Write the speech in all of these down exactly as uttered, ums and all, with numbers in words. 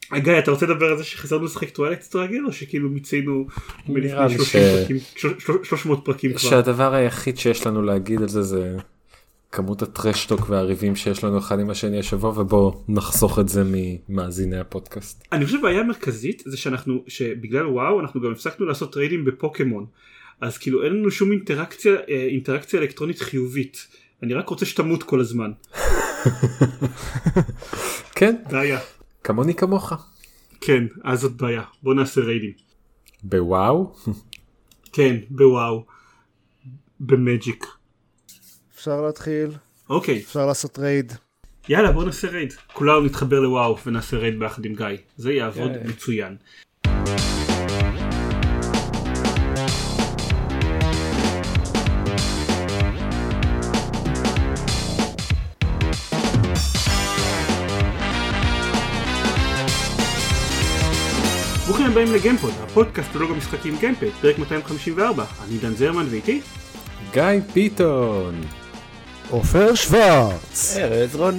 גיא, אתה רוצה לדבר על זה שחזרנו לשחק טווילייט רגיל, או שכאילו מיצינו נראה לי שלוש מאות פרקים כבר? שהדבר היחיד שיש לנו להגיד על זה זה כמות הטרשטוק והריבים שיש לנו אחד עם השני השבוע, ובוא נחסוך את זה ממאזיני הפודקאסט. אני חושב בעיה מרכזית זה שאנחנו, שבגלל וואו אנחנו גם הפסקנו לעשות טריידים בפוקמון, אז כאילו אין לנו שום אינטראקציה, אינטראקציה אלקטרונית חיובית. אני רק רוצה שתמות כל הזמן. כן. בעיה. כמוני כמוך. כן, אז זאת בעיה. בוא נעשה ריידים. בוואו? כן, בוואו. במג'יק. אפשר להתחיל. אוקיי. אפשר לעשות רייד. יאללה, בוא נעשה רייד. כולנו נתחבר לוואו ונעשה רייד ביחד עם גיא. זה יעבוד מצוין. ברוכים הבאים לגיימפוד, הפודקאסט ולוג המשחקים גיימפד, פרק מאתיים חמישים וארבע. אני דן זרמן ואיתי גיא פיתון, עופר שוורץ, ארז רונן.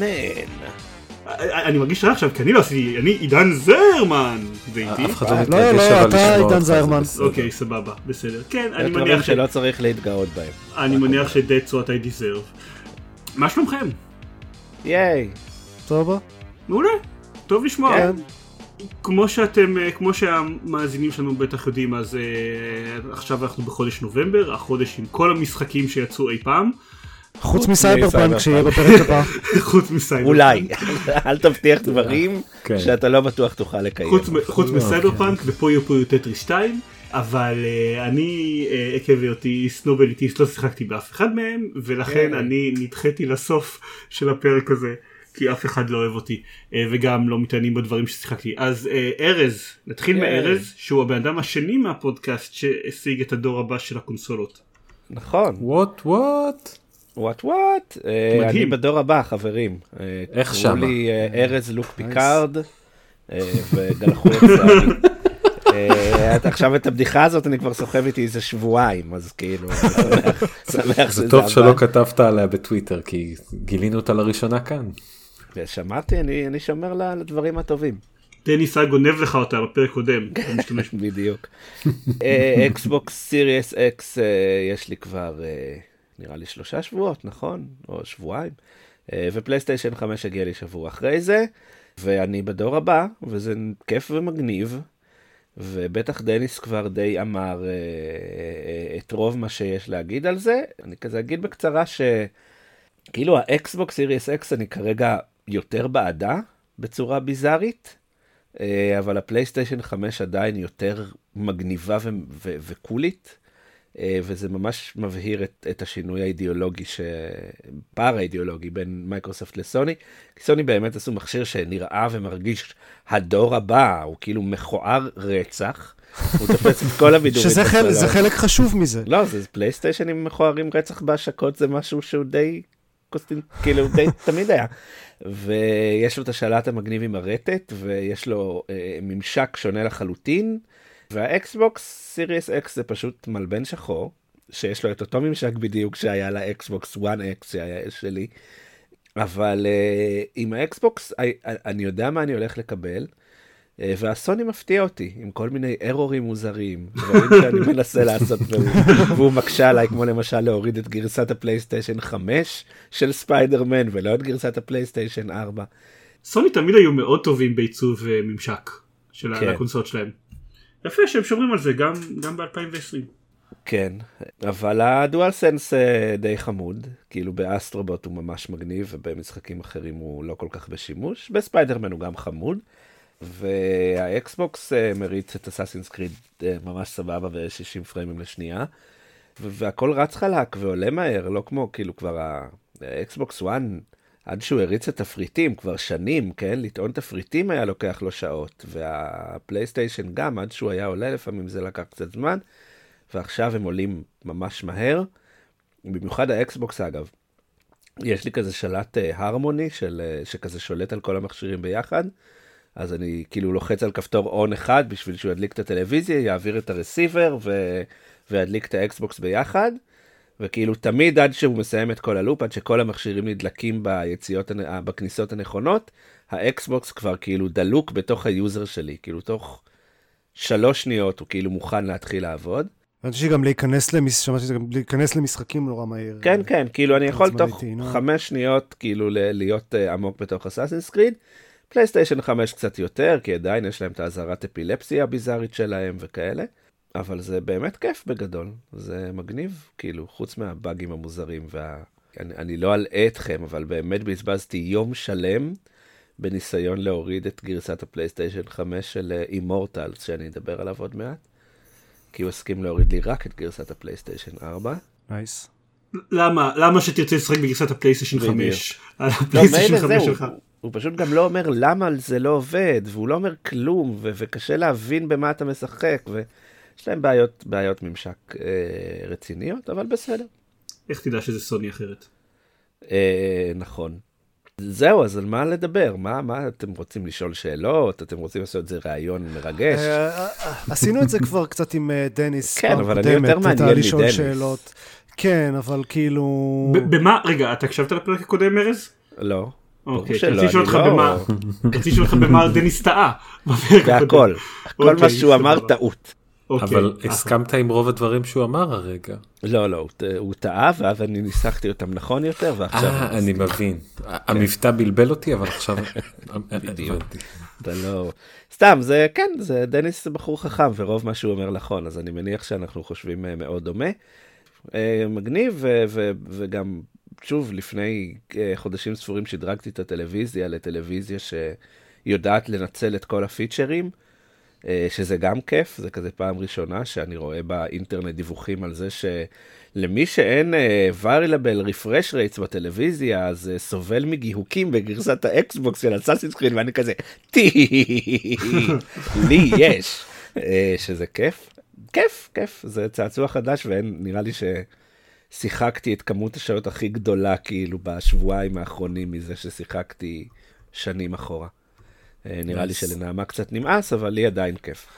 אני מרגיש רע עכשיו כי אני לא עשיתי, אני עידן זרמן ואיתי. אף אחד לא לא, מתרגש לא, אבל אתה לשמוע עידן אותך, זרמן. זה בסדר. אוקיי, סבבה, בסדר. כן, אני אתה מניח אומר ש... שלא צריך להתגאות בהם. אני מניח ש that's what I deserve. מה שלומכם? ייי. טוב? מעולה, טוב לשמוע. כן. כמו שאתם, כמו שהמאזינים שלנו בטח יודעים, אז uh, עכשיו אנחנו בחודש נובמבר, החודש עם כל המשחקים שיצאו אי פעם. חוץ מסייבר פאנק שיהיה בפרק הבא. חוץ מסייבר אולי. אל תבטיח דברים כן. שאתה לא בטוח תוכל לקיים. חוץ, חוץ מסייבר פאנק ופויו פויו טטריס שתיים, אבל uh, אני uh, עקב היותי סנוב אליטיסט לא שיחקתי באף אחד מהם, ולכן אני נדחיתי לסוף של הפרק הזה. כי אף אחד לא אוהב אותי, וגם לא מתעניינים בדברים ששיחקתי. אז ארז, נתחיל מארז, שהוא הבן אדם השני מהפודקאסט שהשיג את הדור הבא של הקונסולות. נכון. What what? What what? אני בדור הבא, חברים. איך קראו שמה? לי ארז לוק פיקארד, וגלחו את זה. עכשיו את הבדיחה הזאת אני כבר סוחב איתי איזה שבועיים, אז כאילו, שמח זה טוב שלא כתבת עליה בטוויטר, כי גילינו אותה לראשונה כאן. שמעתי, אני, אני שומר לדברים הטובים. דני סי גונב לך אותה בפרק קודם. בדיוק. אקסבוקס סיריוס אקס יש לי כבר נראה לי שלושה שבועות, נכון? או שבועיים. ופלייסטיישן חמש הגיע לי שבוע אחרי זה, ואני בדור הבא, וזה כיף ומגניב, ובטח דניס כבר די אמר את רוב מה שיש להגיד על זה. אני כזה אגיד בקצרה שכאילו האקסבוקס סיריוס אקס אני כרגע יותר בעדה בצורה ביזארית, אבל הפלייסטיישן חמש עדיין יותר מגניבה ו- ו- וקולית, וזה ממש מבהיר את, את השינוי האידיאולוגי, פער האידיאולוגי בין מייקרוסופט לסוני, כי סוני באמת עשו מכשיר שנראה ומרגיש הדור הבא, הוא כאילו מכוער רצח, הוא תופס את כל הבידורים. שזה חלק, זה חלק חשוב מזה. לא, זה פלייסטיישנים מכוערים רצח בהשקות, זה משהו שהוא די, כאילו די תמיד היה. ויש לו את השלט המגניב עם הרטט, ויש לו אה, ממשק שונה לחלוטין, והאקסבוקס סיריוס אקס זה פשוט מלבן שחור, שיש לו את אותו ממשק בדיוק שהיה לאקסבוקס וואן אקס שהיה שלי, אבל uh, עם האקסבוקס I, אני יודע מה אני הולך לקבל, uh, והסוני מפתיע אותי עם כל מיני ארורים מוזרים, דברים שאני מנסה לעשות, והוא, והוא מקשה עליי, כמו למשל להוריד את גרסת הפלייסטיישן חמש של ספיידרמן, ולא את גרסת הפלייסטיישן ארבע. סוני תמיד היו מאוד טובים בעיצוב uh, ממשק של כן. הקונסולות שלהם. יפה שהם שומרים על זה גם, גם ב-אלפיים ועשרים. כן, אבל הדואל סנס די חמוד, כאילו באסטרובוט הוא ממש מגניב, ובמשחקים אחרים הוא לא כל כך בשימוש, בספיידרמן הוא גם חמוד, והאקסבוקס מריץ את אסאסינס קריד ממש סבבה ו-שישים פריימים לשנייה, והכל רץ חלק ועולה מהר, לא כמו כאילו כבר האקסבוקס וואן, עד שהוא הריץ את תפריטים, כבר שנים, כן? לטעון תפריטים היה לוקח לו שעות, והפלייסטיישן גם, עד שהוא היה עולה, לפעמים זה לקח קצת זמן, ועכשיו הם עולים ממש מהר, במיוחד האקסבוקס אגב. יש לי כזה שלט הרמוני, של, שכזה שולט על כל המכשירים ביחד, אז אני כאילו לוחץ על כפתור און אחד, בשביל שהוא ידליק את הטלוויזיה, יעביר את הרסיבר, ו... וידליק את האקסבוקס ביחד, וכאילו תמיד עד שהוא מסיים את כל הלופ, עד שכל המכשירים נדלקים ביציאות, בכניסות הנכונות, האקסבוקס כבר כאילו דלוק בתוך היוזר שלי, כאילו תוך שלוש שניות הוא כאילו מוכן להתחיל לעבוד. אני חושב שגם להיכנס, למש... שמעתי, גם להיכנס למשחקים נורא מהיר. כן, כן, כאילו אני יכול תוך חמש שניות כאילו להיות עמוק בתוך אסאסינס קריד. פלייסטיישן חמש קצת יותר, כי עדיין יש להם את האזהרת אפילפסיה הביזארית שלהם וכאלה. אבל זה באמת כיף בגדול. זה מגניב, כאילו, חוץ מהבאגים המוזרים. וה... אני, אני לא אלאה אתכם, אבל באמת בזבזתי יום שלם בניסיון להוריד את גרסת הפלייסטיישן חמש של אימורטלס, שאני אדבר עליו עוד מעט. כי הוא הסכים להוריד לי רק את גרסת הפלייסטיישן ארבע. נייס. למה? למה שתרצה לשחק בגרסת הפלייסטיישן חמש? על הפלייסטיישן חמש שלך. הוא פשוט גם לא אומר למה זה לא עובד, והוא לא אומר כלום, ו- וקשה להבין במה אתה משחק, ויש להם בעיות, בעיות ממשק אה, רציניות, אבל בסדר. איך תדע שזה סוני אחרת? אה, נכון. זהו, אז על מה לדבר? מה, מה אתם רוצים לשאול שאלות? אתם רוצים לעשות את זה רעיון מרגש? עשינו את זה כבר קצת עם דניס. כן, אבל אני יותר מעניין מדניס. כן, אבל כאילו... במה? רגע, אתה הקשבת לפרק הקודם, ארז? לא. אוקיי, רציתי לשאול אותך במה דניס טעה. והכל. כל מה שהוא אמר טעות. אבל הסכמת עם רוב הדברים שהוא אמר הרגע. לא, לא, הוא טעה, ואז אני ניסחתי אותם נכון יותר, ועכשיו... אה, אני מבין. המבטא בלבל אותי, אבל עכשיו... אתה לא... סתם, זה כן, זה דניס בחור חכם, ורוב מה שהוא אומר נכון, אז אני מניח שאנחנו חושבים מאוד דומה. מגניב, וגם, שוב, לפני חודשים ספורים שדרגתי את הטלוויזיה לטלוויזיה שיודעת לנצל את כל הפיצ'רים, שזה גם כיף, זה כזה פעם ראשונה שאני רואה באינטרנט דיווחים על זה שלמי שאין variable refresh rates בטלוויזיה, אז סובל מגיהוקים בגרסת האקסבוקס של אסאסינס קריד, ואני כזה, טי, לי יש, שזה כיף. כיף, כיף, זה צעצוע חדש, ונראה לי ששיחקתי את כמות השעות הכי גדולה, כאילו, בשבועיים האחרונים מזה ששיחקתי שנים אחורה. נראה לי שלנעמה קצת נמאס, אבל לי עדיין כיף.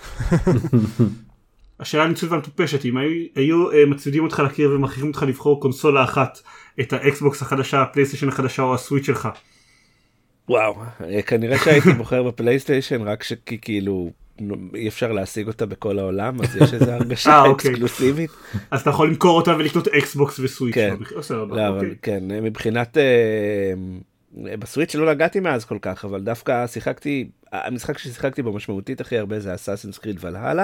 השאלה הניצול והמטופשת, אם היו מצמידים אותך לקיר ומכריחים אותך לבחור קונסולה אחת, את האקסבוקס החדשה, הפלייסטיישן החדשה או הסוויץ' שלך. וואו, כנראה שהייתי בוחר בפלייסטיישן, רק שכאילו אי אפשר להשיג אותה בכל העולם, אז יש איזו הרגשה אקסקלוסיבית. אז אתה יכול למכור אותה ולקנות אקסבוקס וסוויץ'. כן, מבחינת... בסוויץ' לא לגעתי מאז כל כך, אבל דווקא שיחקתי, המשחק ששיחקתי בו משמעותית הכי הרבה זה אסאסינס קריד ולהלה.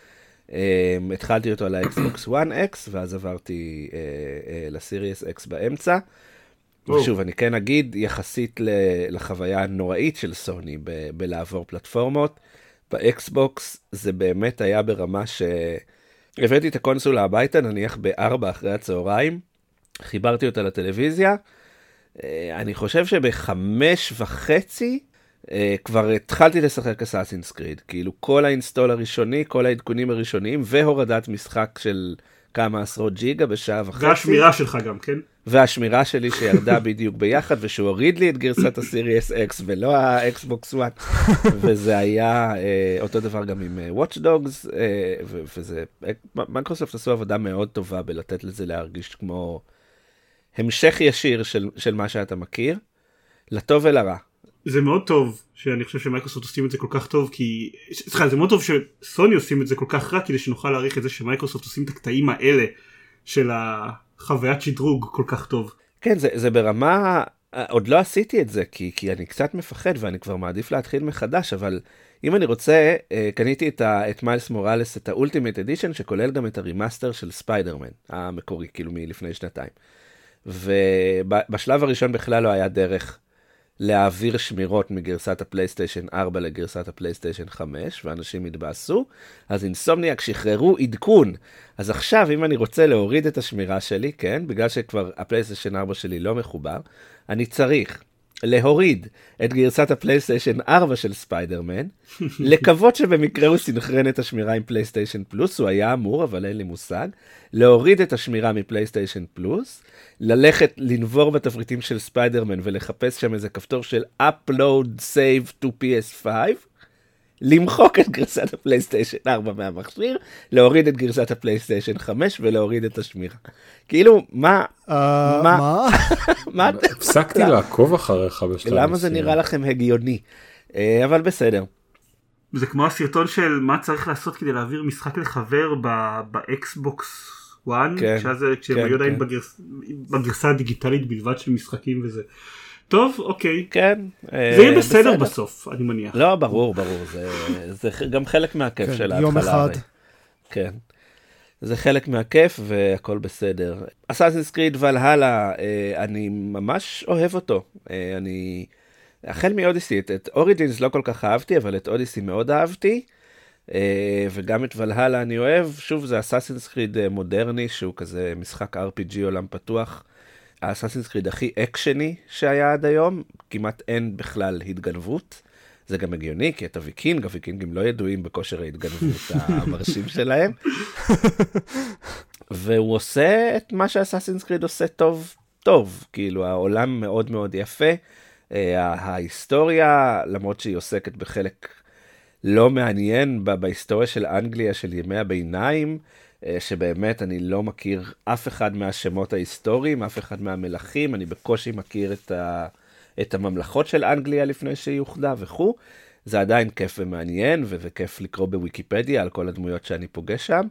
התחלתי אותו על האקסבוקס וואן אקס, ואז עברתי לסיריוס אקס באמצע. ושוב, אני כן אגיד, יחסית לחוויה הנוראית של סוני בלעבור פלטפורמות, באקסבוקס זה באמת היה ברמה שהבאתי את הקונסולה הביתה, נניח בארבע אחרי הצהריים, חיברתי אותה לטלוויזיה, אני חושב שבחמש וחצי כבר התחלתי לשחק אסאסינס קריד, כאילו כל האינסטול הראשוני, כל העדכונים הראשוניים, והורדת משחק של כמה עשרות ג'יגה בשעה וחצי. והשמירה שלך גם, כן? והשמירה שלי שירדה בדיוק ביחד, ושהוא הוריד לי את גרסת הסיריוס אקס, ולא האקסבוקס וואן. וזה היה אה, אותו דבר גם עם Watch Dogs, אה, וזה, מייקרוסופט עשו עבודה מאוד טובה בלתת לזה להרגיש כמו המשך ישיר של, של מה שאתה מכיר, לטוב ולרע. זה מאוד טוב שאני חושב שמייקרוסופט עושים את זה כל כך טוב, כי, סליחה, זה מאוד טוב שסוני עושים את זה כל כך רע, כדי שנוכל להעריך את זה שמייקרוסופט עושים את הקטעים האלה של החוויית שדרוג כל כך טוב. כן, זה, זה ברמה, עוד לא עשיתי את זה, כי, כי אני קצת מפחד ואני כבר מעדיף להתחיל מחדש, אבל אם אני רוצה, קניתי את, ה, את מיילס מוראלס, את האולטימט אדישן, שכולל גם את הרימאסטר של ספיידרמן, המקורי, כאילו מלפני שנתיים. ובשלב הראשון בכלל לא היה דרך להעביר שמירות מגרסת הפלייסטיישן ארבע לגרסת הפלייסטיישן חמש, ואנשים התבאסו, אז אינסומניאק שחררו עדכון. אז עכשיו, אם אני רוצה להוריד את השמירה שלי, כן, בגלל שכבר הפלייסטיישן ארבע שלי לא מחובר, אני צריך להוריד את גרסת הפלייסטיישן ארבע של ספיידרמן, לקוות שבמקרה הוא סינכרן את השמירה עם פלייסטיישן פלוס, הוא היה אמור, אבל אין לי מושג, להוריד את השמירה מפלייסטיישן פלוס, ללכת לנבור בתפריטים של ספיידרמן ולחפש שם איזה כפתור של Upload Save to פי אס פייב, למחוק את גרסת הפלייסטיישן ארבע מהמכשיר, להוריד את גרסת הפלייסטיישן חמש ולהוריד את השמירה. כאילו, מה... מה? מה? הפסקתי לעקוב אחריך בשלב. למה זה נראה לכם הגיוני? אבל בסדר. זה כמו הסרטון של מה צריך לעשות כדי להעביר משחק לחבר באקסבוקס וואן, כשהם היו עדיין בגרסה הדיגיטלית בלבד של משחקים וזה. טוב, אוקיי. כן. זה יהיה בסדר בסוף, אני מניח. לא, ברור, ברור. זה גם חלק מהכיף של ההתחלה. יום אחד. כן. זה חלק מהכיף והכל בסדר. אסאסינס קריד ולהלה, אני ממש אוהב אותו. אני... החל מאודיסי, את אוריג'ינס לא כל כך אהבתי, אבל את אודיסי מאוד אהבתי. וגם את ולהלה אני אוהב. שוב, זה אסאסינס קריד מודרני, שהוא כזה משחק אר פי ג'י עולם פתוח. האסאסינס קריד הכי אקשני שהיה עד היום, כמעט אין בכלל התגנבות. זה גם הגיוני, כי את הוויקינג, הוויקינגים לא ידועים בכושר ההתגנבות המרשים שלהם. והוא עושה את מה שהאסאסינס קריד עושה טוב, טוב. כאילו, העולם מאוד מאוד יפה. ההיסטוריה, למרות שהיא עוסקת בחלק לא מעניין בהיסטוריה של אנגליה של ימי הביניים, שבאמת אני לא מכיר אף אחד מהשמות ההיסטוריים, אף אחד מהמלכים, אני בקושי מכיר את, ה, את הממלכות של אנגליה לפני שהיא יוחדה וכו'. זה עדיין כיף ומעניין, וזה כיף לקרוא בוויקיפדיה על כל הדמויות שאני פוגש שם,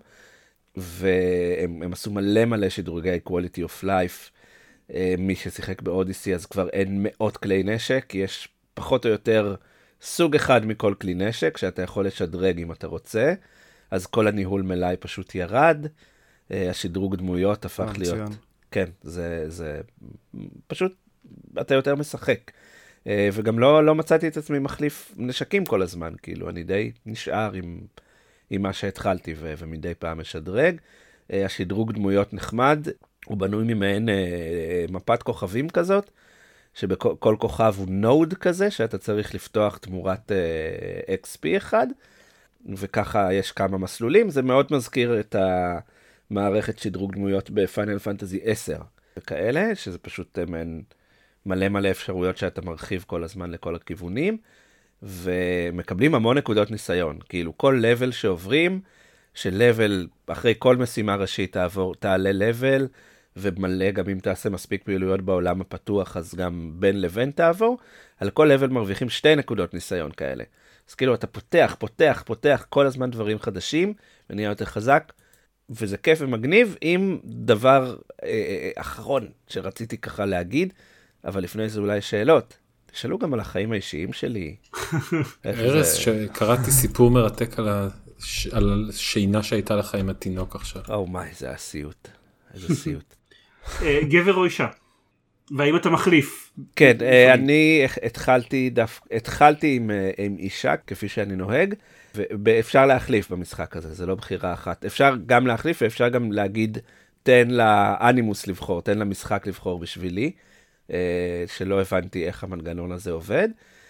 והם עשו מלא מלא שדרוגי quality of life. מי ששיחק באודיסי אז כבר אין מאות כלי נשק, יש פחות או יותר סוג אחד מכל כלי נשק, שאתה יכול לשדרג אם אתה רוצה. אז כל הניהול מלאי פשוט ירד, השדרוג דמויות הפך להיות... כן, זה, זה פשוט, אתה יותר משחק. וגם לא, לא מצאתי את עצמי מחליף נשקים כל הזמן, כאילו, אני די נשאר עם, עם מה שהתחלתי, ו, ומדי פעם משדרג. השדרוג דמויות נחמד, הוא בנוי ממעין מפת כוכבים כזאת, שבכל כוכב הוא נוד כזה, שאתה צריך לפתוח תמורת אקס פי אחד, וככה יש כמה מסלולים. זה מאוד מזכיר את המערכת שדרוג דמויות בפיינל פנטזי עשר וכאלה, שזה פשוט מלא מלא אפשרויות שאתה מרחיב כל הזמן לכל הכיוונים, ומקבלים המון נקודות ניסיון. כאילו כל לבל שעוברים, שלבל אחרי כל משימה ראשית תעבור, תעלה לבל, ומלא גם אם תעשה מספיק פעילויות בעולם הפתוח, אז גם בין לבין תעבור. על כל לבל מרוויחים שתי נקודות ניסיון כאלה. אז כאילו אתה פותח, פותח, פותח כל הזמן דברים חדשים, ונהיה יותר חזק, וזה כיף ומגניב. עם דבר אה, אה, אחרון שרציתי ככה להגיד, אבל לפני זה אולי שאלות. תשאלו גם על החיים האישיים שלי. ארז, זה... שקראתי סיפור מרתק על, הש... על השינה שהייתה לך עם התינוק עכשיו. או מי, זה הסיוט. איזה סיוט. גבר או אישה? והאם אתה מחליף? כן, אני התחלתי, דף, התחלתי עם, עם אישה, כפי שאני נוהג, ואפשר להחליף במשחק הזה, זה לא בחירה אחת. אפשר גם להחליף, ואפשר גם להגיד, תן לאנימוס לבחור, תן למשחק לבחור בשבילי, שלא הבנתי איך המנגנון הזה עובד.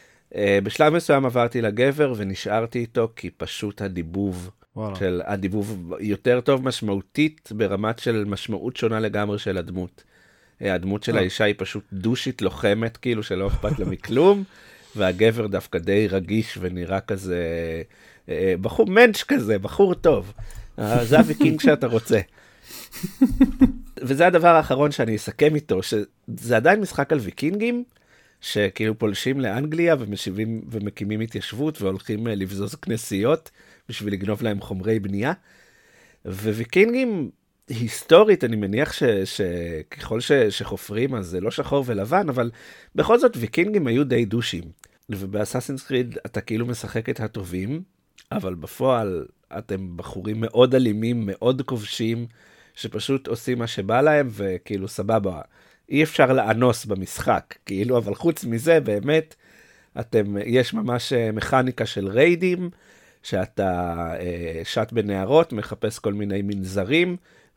בשלב מסוים עברתי לגבר, ונשארתי איתו, כי פשוט הדיבוב, וואלה. של הדיבוב יותר טוב משמעותית, ברמת של משמעות שונה לגמרי של הדמות. הדמות של האישה היא פשוט דושית לוחמת, כאילו שלא אכפת לה מכלום, והגבר דווקא די רגיש ונראה כזה, בחור מנש כזה, בחור טוב. זה הוויקינג שאתה רוצה. וזה הדבר האחרון שאני אסכם איתו, שזה עדיין משחק על ויקינגים, שכאילו פולשים לאנגליה ומשיבים ומקימים התיישבות, והולכים לבזוז כנסיות, בשביל לגנוב להם חומרי בנייה. וויקינגים, היסטורית, אני מניח ש, שככל ש, שחופרים, אז זה לא שחור ולבן, אבל בכל זאת ויקינגים היו די דושים. ובאסאסינס קריד אתה כאילו משחק את הטובים, אבל בפועל אתם בחורים מאוד אלימים, מאוד כובשים, שפשוט עושים מה שבא להם, וכאילו סבבה, אי אפשר לאנוס במשחק, כאילו, אבל חוץ מזה, באמת, אתם, יש ממש מכניקה של ריידים, שאתה אה, שט בנערות, מחפש כל מיני מנזרים,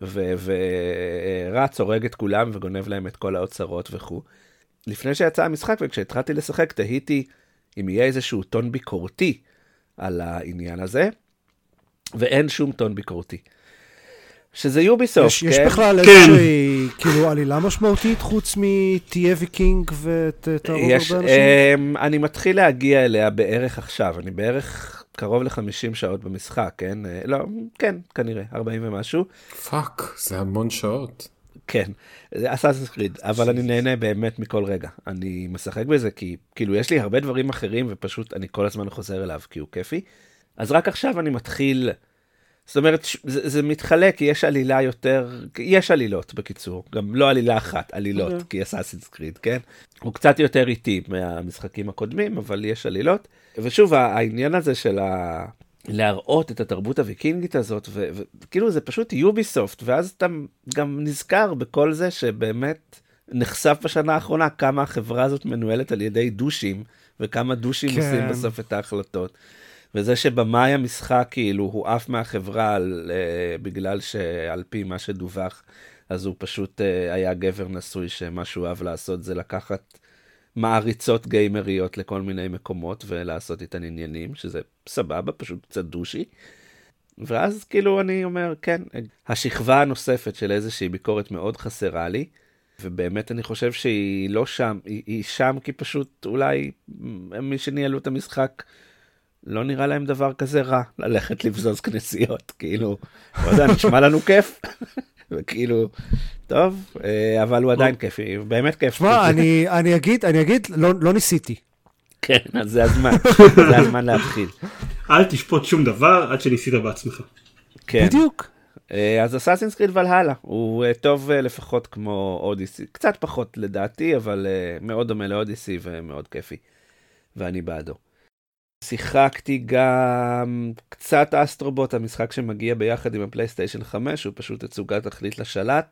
ורץ, הורג את כולם, וגונב להם את כל האוצרות וכו'. לפני שיצא המשחק, וכשהתחלתי לשחק, תהיתי אם יהיה איזשהו טון ביקורתי על העניין הזה, ואין שום טון ביקורתי. שזה יוביסופט, יש, כן? יש בכלל איזושהי, כאילו, עלילה משמעותית, חוץ מתהיה ויקינג ותערוב הרבה אנשים? אני מתחיל להגיע אליה בערך עכשיו, אני בערך קרוב ל-חמישים שעות במשחק, כן? לא, כן, כנראה, ארבעים ומשהו. פאק, זה המון שעות. כן, זה אסאסינס קריד, אבל אני נהנה באמת מכל רגע. אני משחק בזה כי, כאילו, יש לי הרבה דברים אחרים, ופשוט אני כל הזמן חוזר אליו, כי הוא כיפי. אז רק עכשיו אני מתחיל, זאת אומרת, זה, זה מתחלק, כי יש עלילה יותר, יש עלילות בקיצור, גם לא עלילה אחת, עלילות, כי אסאסינס קריד, כן? הוא קצת יותר איטי מהמשחקים הקודמים, אבל יש עלילות. ושוב, העניין הזה של ה... להראות את התרבות הוויקינגית הזאת, וכאילו זה פשוט יוביסופט, ואז אתה גם נזכר בכל זה שבאמת נחשף בשנה האחרונה כמה החברה הזאת מנוהלת על ידי דושים, וכמה דושים כן. עושים בסוף את ההחלטות. וזה שבמאי המשחק כאילו הוא עף מהחברה על, uh, בגלל שעל פי מה שדווח, אז הוא פשוט uh, היה גבר נשוי שמה שהוא אהב לעשות זה לקחת מעריצות גיימריות לכל מיני מקומות ולעשות איתן עניינים, שזה סבבה, פשוט קצת דושי. ואז כאילו אני אומר, כן, השכבה הנוספת של איזושהי ביקורת מאוד חסרה לי, ובאמת אני חושב שהיא לא שם, היא, היא שם כי פשוט אולי מי שניהלו את המשחק לא נראה להם דבר כזה רע, ללכת לבזוז כנסיות, כאילו, לא יודע, נשמע לנו כיף, וכאילו, טוב, אבל הוא עדיין כיפי, באמת כיף. תשמע, אני, אני אגיד, אני אגיד, לא, לא ניסיתי. כן, אז זה הזמן, זה הזמן להתחיל. אל תשפוט שום דבר עד שניסית בעצמך. כן. בדיוק. אז אסאסינס קריד ולהלה, הוא טוב לפחות כמו אודיסי, קצת פחות לדעתי, אבל מאוד דומה לאודיסי ומאוד כיפי, ואני בעדו. שיחקתי גם קצת אסטרובוט, המשחק שמגיע ביחד עם הפלייסטיישן חמש, הוא פשוט תצוגת תכלית לשלט.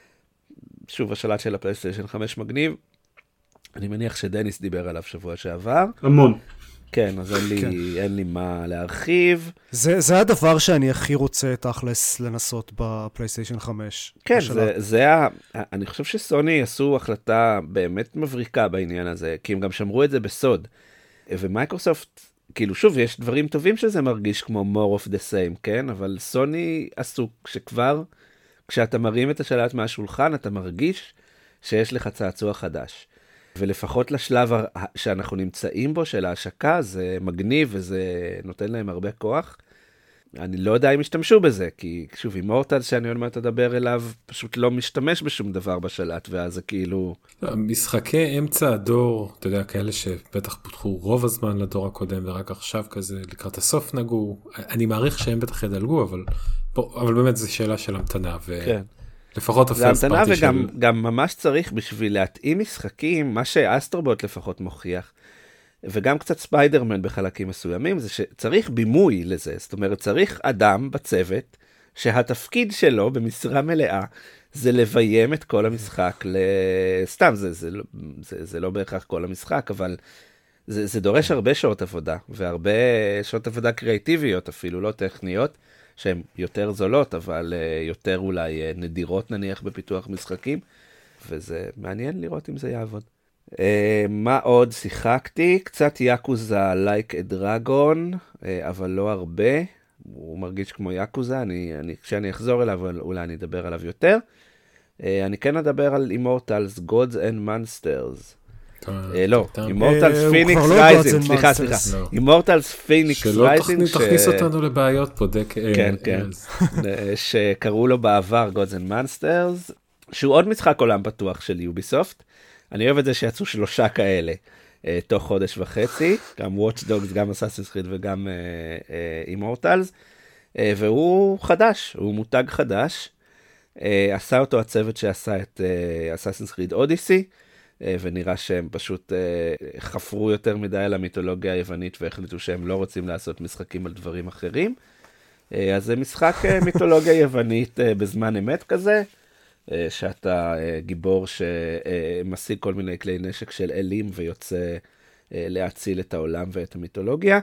שוב, השלט של הפלייסטיישן חמש מגניב. אני מניח שדניס דיבר עליו שבוע שעבר. המון. כן, אז אין לי, כן. אין לי מה להרחיב. זה, זה הדבר שאני הכי רוצה תכלס לנסות בפלייסטיישן חמש. כן, זה, זה ה... אני חושב שסוני עשו החלטה באמת מבריקה בעניין הזה, כי הם גם שמרו את זה בסוד. ומייקרוסופט, כאילו שוב, יש דברים טובים שזה מרגיש כמו more of the same, כן? אבל סוני עשו שכבר, כשאתה מרים את השלט מהשולחן, אתה מרגיש שיש לך צעצוע חדש. ולפחות לשלב שאנחנו נמצאים בו, של ההשקה, זה מגניב וזה נותן להם הרבה כוח. אני לא יודע אם ישתמשו בזה, כי שוב, אימורטל שאני עוד מעט אדבר אליו, פשוט לא משתמש בשום דבר בשלט, ואז זה כאילו... משחקי אמצע הדור, אתה יודע, כאלה שבטח פותחו רוב הזמן לדור הקודם, ורק עכשיו כזה לקראת הסוף נגעו, אני מעריך שהם בטח ידלגו, אבל, אבל באמת זו שאלה של המתנה, ו... כן. לפחות הפרסט פארטי של... וגם גם ממש צריך בשביל להתאים משחקים, מה שאסטרובוט לפחות מוכיח, וגם קצת ספיידרמן בחלקים מסוימים, זה שצריך בימוי לזה, זאת אומרת, צריך אדם בצוות, שהתפקיד שלו במשרה מלאה, זה לביים את כל המשחק, סתם, זה, זה, זה, זה לא בהכרח כל המשחק, אבל זה, זה דורש הרבה שעות עבודה, והרבה שעות עבודה קריאטיביות אפילו, לא טכניות, שהן יותר זולות, אבל יותר אולי נדירות נניח בפיתוח משחקים, וזה מעניין לראות אם זה יעבוד. Uh, מה עוד שיחקתי? קצת יקוזה Like a Dragon, uh, אבל לא הרבה. הוא מרגיש כמו יקוזה, אני, אני, כשאני אחזור אליו, אולי אני אדבר עליו יותר. Uh, אני כן אדבר על Immortals, Gods and Monsters. לא, Immortals Phoenix Rising, סליחה, סליחה. Immortals Phoenix Rising. שלא תכניס אותנו לבעיות פה, דק... כן, כן. שקראו לו בעבר Gods and Monsters, שהוא עוד משחק עולם פתוח של יוביסופט. אני אוהב את זה שיצאו שלושה כאלה, אה, תוך חודש וחצי, גם Watch Dogs, גם Assassin's Creed וגם אה, אה, Immortals, אה, והוא חדש, הוא מותג חדש, אה, עשה אותו הצוות שעשה את אה, Assassin's Creed Odyssey, אה, ונראה שהם פשוט אה, חפרו יותר מדי על המיתולוגיה היוונית, והחליטו שהם לא רוצים לעשות משחקים על דברים אחרים, אה, אז זה משחק אה, מיתולוגיה יוונית אה, בזמן אמת כזה, שאתה גיבור שמשיג כל מיני כלי נשק של אלים ויוצא להציל את העולם ואת המיתולוגיה.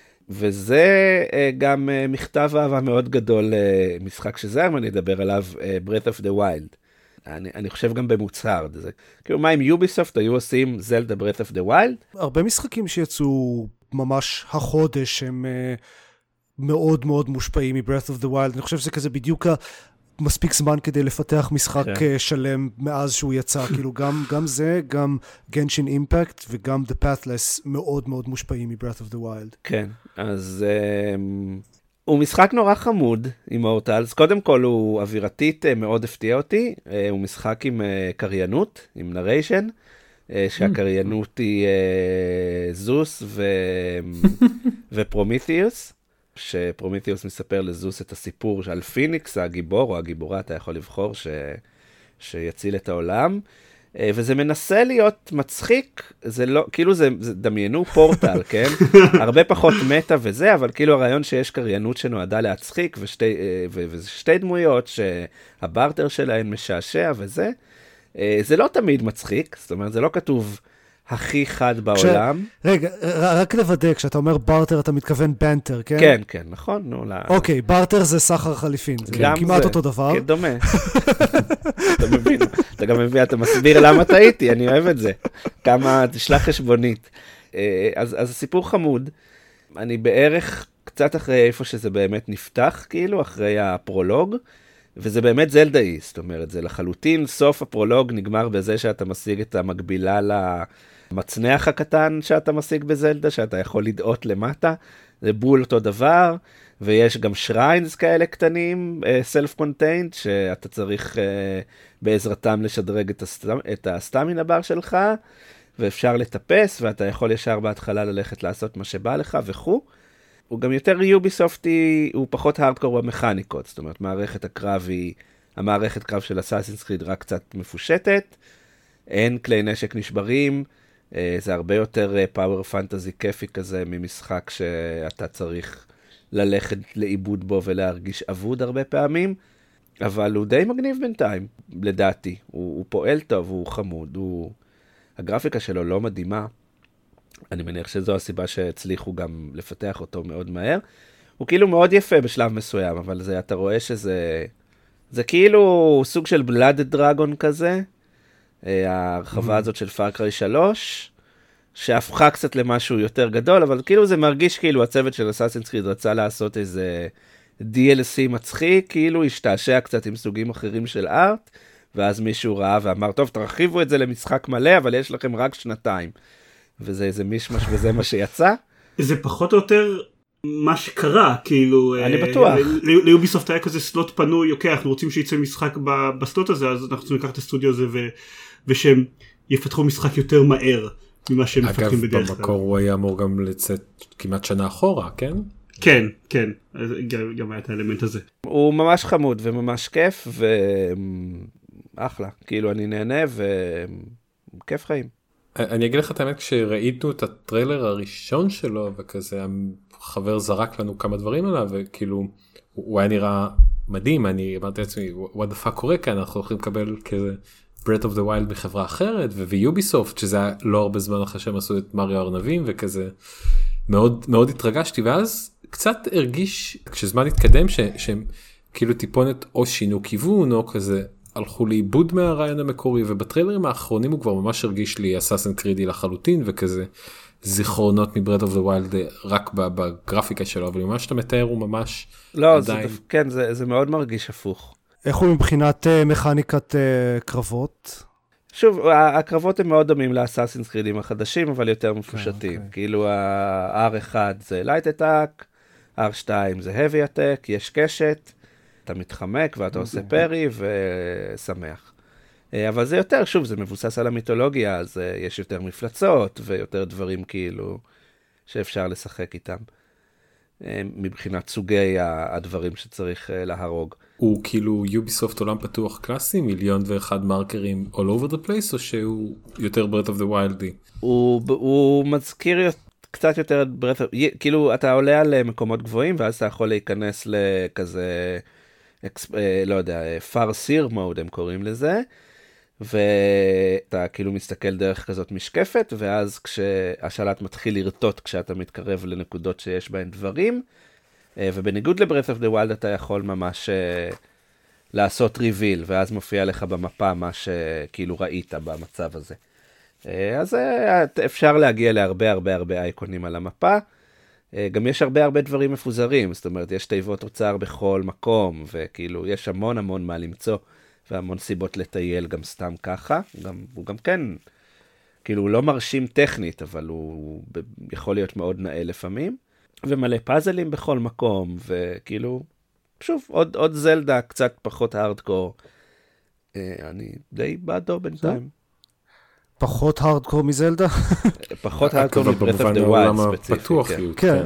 וזה גם מכתב אהבה מאוד גדול משחק שזה, אם אני אדבר עליו, Breath of the Wild. אני, אני חושב גם במוצהרד. זה, כאילו מה עם יוביסופט היו עושים זלדה Breath of the Wild? הרבה משחקים שיצאו ממש החודש הם מאוד מאוד מושפעים מ-Breath of the Wild. אני חושב שזה כזה בדיוק ה... מספיק זמן כדי לפתח משחק כן. שלם מאז שהוא יצא, כאילו גם, גם זה, גם Genshin Impact וגם The Pathless מאוד מאוד מושפעים מ-Breath of the Wild. כן, אז um, הוא משחק נורא חמוד, Immortals. קודם כל הוא אווירתית מאוד הפתיע אותי, uh, הוא משחק עם uh, קריינות, עם נריישן, uh, שהקריינות היא uh, זוס ו... ופרומיתיוס. שפרומיתיוס מספר לזוס את הסיפור על פיניקס, הגיבור או הגיבורה, אתה יכול לבחור ש... שיציל את העולם, וזה מנסה להיות מצחיק, זה לא, כאילו זה, זה דמיינו פורטל, כן? הרבה פחות מטה וזה, אבל כאילו הרעיון שיש קריינות שנועדה להצחיק, ושתי, ו... ושתי דמויות שהברטר שלהן משעשע וזה, זה לא תמיד מצחיק, זאת אומרת, זה לא כתוב... הכי חד בעולם. רגע, רק לוודא, כשאתה אומר ברטר, אתה מתכוון בנטר, כן? כן, כן, נכון. נו, אוקיי, ברטר זה סחר חליפין, זה כמעט אותו דבר. כן, דומה. אתה מבין, אתה גם מבין, אתה מסביר למה טעיתי, אני אוהב את זה. כמה, תשלח חשבונית. אז הסיפור חמוד, אני בערך קצת אחרי איפה שזה באמת נפתח, כאילו, אחרי הפרולוג, וזה באמת זלדאי, זאת אומרת, זה לחלוטין, סוף הפרולוג נגמר בזה שאתה משיג את המקבילה למצנח הקטן שאתה משיג בזלדה, שאתה יכול לדעות למטה, זה בול אותו דבר, ויש גם שריינס כאלה קטנים, self-contained, שאתה צריך בעזרתם לשדרג את, הסטמ... את הסטמינה בר שלך, ואפשר לטפס, ואתה יכול ישר בהתחלה ללכת לעשות מה שבא לך וכו'. הוא גם יותר יוביסופטי, הוא פחות הארדקור במכניקות, זאת אומרת, מערכת הקרב היא, המערכת קרב של אסאסינס קריד רק קצת מפושטת, אין כלי נשק נשברים, זה הרבה יותר פאוור פנטזי כיפי כזה ממשחק שאתה צריך ללכת לאיבוד בו ולהרגיש אבוד הרבה פעמים, אבל הוא די מגניב בינתיים, לדעתי, הוא, הוא פועל טוב, הוא חמוד, הוא... הגרפיקה שלו לא מדהימה, אני מניח שזו הסיבה שהצליחו גם לפתח אותו מאוד מהר. הוא כאילו מאוד יפה בשלב מסוים, אבל זה, אתה רואה שזה, זה כאילו סוג של בלאדד דרגון כזה, ההרחבה הזאת של פאר קריי שלוש, שהפכה קצת למשהו יותר גדול, אבל כאילו זה מרגיש כאילו הצוות של אסאסינס קריד רצה לעשות איזה די אל סי מצחיק, כאילו השתעשע קצת עם סוגים אחרים של ארט, ואז מישהו ראה ואמר, טוב, תרחיבו את זה למשחק מלא, אבל יש לכם רק שנתיים. וזה איזה מישמש וזה מה שיצא. זה פחות או יותר מה שקרה, כאילו... אני בטוח. ליוביסופט היה כזה סלוט פנוי, אוקיי, אנחנו רוצים שיצא משחק בסלוט הזה, אז אנחנו צריכים לקחת את הסטודיו הזה, ושהם יפתחו משחק יותר מהר ממה שהם מפתחים בדרך כלל. אגב, במקור הוא היה אמור גם לצאת כמעט שנה אחורה, כן? כן, כן, גם היה את האלמנט הזה. הוא ממש חמוד וממש כיף, ואחלה, כאילו אני נהנה וכיף חיים. אני אגיד לך את האמת, כשראיתנו את הטריילר הראשון שלו, וכזה החבר זרק לנו כמה דברים עליו, וכאילו, הוא היה נראה מדהים, אני אמרתי לעצמי, what the fuck קורה כאן, אנחנו הולכים לקבל כזה Breath of the Wild מחברה אחרת, ויוביסופט, שזה היה לא הרבה זמן אחרי שהם עשו את מריו ארנבים, וכזה, מאוד, מאוד התרגשתי, ואז קצת הרגיש, כשזמן התקדם, ש, שהם כאילו טיפונת או שינו כיוון, או כזה, הלכו לאיבוד מהרעיון המקורי, ובטריילרים האחרונים הוא כבר ממש הרגיש לי אסאסין קרידי לחלוטין, וכזה זיכרונות מ-Breath of the Wild רק בגרפיקה שלו, אבל ממש שאתה מתאר הוא ממש לא, עדיין... זה, כן, זה, זה מאוד מרגיש הפוך. איך הוא מבחינת uh, מכניקת uh, קרבות? שוב, הקרבות הם מאוד דומים לאסאסינס קרידים החדשים, אבל יותר מפושטים. Okay. כאילו ה-אר אחד זה Light Attack, אר שתיים זה Heavy Attack, יש קשת, אתה מתחמק ואתה עושה פרי ושמח. אבל זה יותר, שוב, זה מבוסס על המיתולוגיה, אז יש יותר מפלצות ויותר דברים כאילו שאפשר לשחק איתם. מבחינת סוגי הדברים שצריך להרוג. הוא כאילו יוביסופט עולם פתוח קלאסי, מיליון ואחד מרקרים all over the place, או שהוא יותר Breath of the Wild? הוא, הוא מזכיר קצת יותר את Breath of... כאילו, אתה עולה על מקומות גבוהים, ואז אתה יכול להיכנס לכזה... לא יודע, far seer mode הם קוראים לזה, ואתה כאילו מסתכל דרך כזאת משקפת, ואז כשהשלט מתחיל לרטוט כשאתה מתקרב לנקודות שיש בהן דברים, ובניגוד ל-Breath of the Wild אתה יכול ממש לעשות ריביל, ואז מופיע לך במפה מה שכאילו ראית במצב הזה. אז אפשר להגיע להרבה הרבה הרבה אייקונים על המפה, גם יש הרבה הרבה דברים מפוזרים, זאת אומרת, יש תיבות אוצר בכל מקום, וכאילו, יש המון המון מה למצוא, והמון סיבות לטייל גם סתם ככה, גם, הוא גם כן, כאילו, הוא לא מרשים טכנית, אבל הוא יכול להיות מאוד נאה לפעמים, ומלא פאזלים בכל מקום, וכאילו, שוב, עוד, עוד זלדה, קצת פחות הארדקור, אני די בעדו בינתיים. פחות הארדקור מזלדה? פחות הארדקור מברית אוף דה ווילד ספציפית. כן.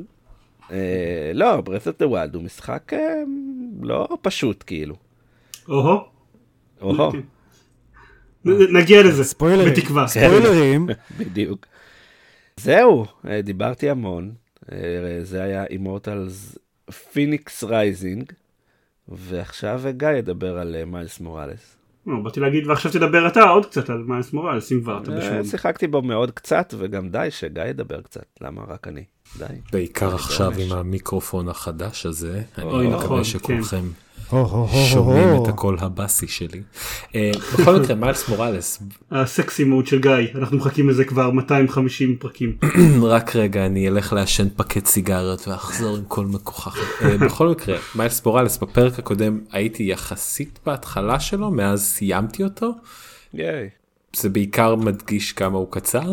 לא, ברית אוף דה ווילד הוא משחק לא פשוט כאילו. אוהו. אוהו. נגיע לזה, ספוילרים. בתקווה. ספוילרים. בדיוק. זהו, דיברתי המון. זה היה אימורטלס פיניקס רייזינג, ועכשיו גיא ידבר על מיילס מוראלס. באתי להגיד, ועכשיו תדבר אתה עוד קצת על מיילס מוראלס, אם כבר אתה בשום. שיחקתי בו מאוד קצת, וגם די שגיא ידבר קצת. למה רק אני? די. בעיקר עכשיו עם המיקרופון החדש הזה, אני מקווה שכולכם שומעים את הקול הבאסי שלי. בכל מקרה, מיילס מוראלס. הסקסי מוד של גיא, אנחנו מחכים לזה כבר מאתיים וחמישים פרקים. רק רגע, אני אלך לעשן פקט סיגריות ואחזור עם קול מכוחך. בכל מקרה, מיילס מוראלס בפרק הקודם הייתי יחסית בהתחלה שלו, מאז סיימתי אותו. ייי. זה בעיקר מדגיש כמה הוא קצר.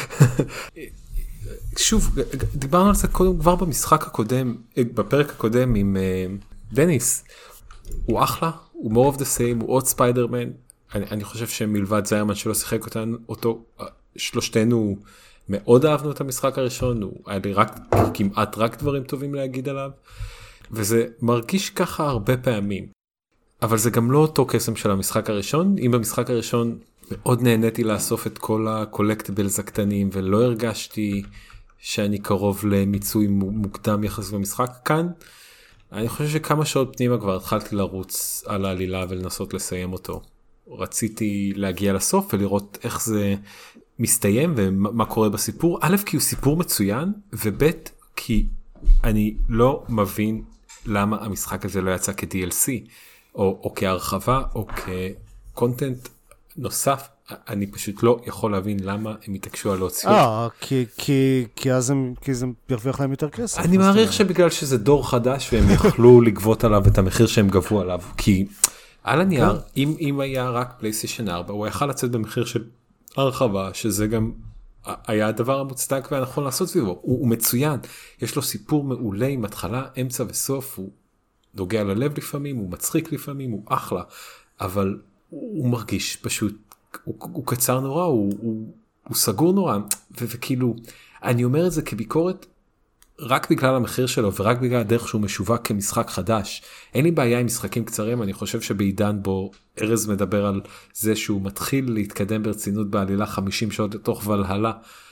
שוב, דיברנו על זה קודם, כבר במשחק הקודם, בפרק הקודם עם דניס. הוא אחלה, הוא more of the same, הוא עוד ספיידרמן. אני, אני חושב שמלבד זיירמן שלא שיחק אותנו, אותו, שלושתנו מאוד אהבנו את המשחק הראשון, הוא היה לי רק, כמעט רק דברים טובים להגיד עליו, וזה מרגיש ככה הרבה פעמים. אבל זה גם לא אותו קסם של המשחק הראשון. אם במשחק הראשון מאוד נהניתי לאסוף את כל הקולקטיבלס הקטנים, ולא הרגשתי שאני קרוב למיצוי מוקדם יחס במשחק כאן, אני חושב שכמה שעות פנימה כבר התחלתי לרוץ על העלילה ולנסות לסיים אותו. רציתי להגיע לסוף ולראות איך זה מסתיים ומה קורה בסיפור. א', כי הוא סיפור מצוין, וב', כי אני לא מבין למה המשחק הזה לא יצא כ-די אל סי, או, או כהרחבה, או כקונטנט נוסף. אני פשוט לא יכול להבין למה הם התעקשו על להוציא. אה, כי, כי, כי אז הם, כי זה ירוויח להם יותר כסף. אני מעריך שבגלל שזה דור חדש, והם יכלו לגבות עליו את המחיר שהם גבו עליו, כי על הנייר, אם, אם היה רק פלייסטיישן ארבע, הוא יכל לצאת במחיר של הרחבה, שזה גם היה הדבר המוצדק והנכון לעשות סביבו. הוא, הוא מצוין, יש לו סיפור מעולה עם התחלה, אמצע וסוף, הוא נוגע ללב לפעמים, הוא מצחיק לפעמים, הוא אחלה, אבל הוא, הוא מרגיש פשוט, הוא, הוא קצר נורא, הוא, הוא, הוא סגור נורא, ו, וכאילו, אני אומר את זה כביקורת, רק בגלל המחיר שלו, ורק בגלל הדרך שהוא משווק כמשחק חדש. אין לי בעיה עם משחקים קצרים, אני חושב שבעידן בו ארז מדבר על זה שהוא מתחיל להתקדם ברצינות בעלילה חמישים שעות לתוך ולהלה.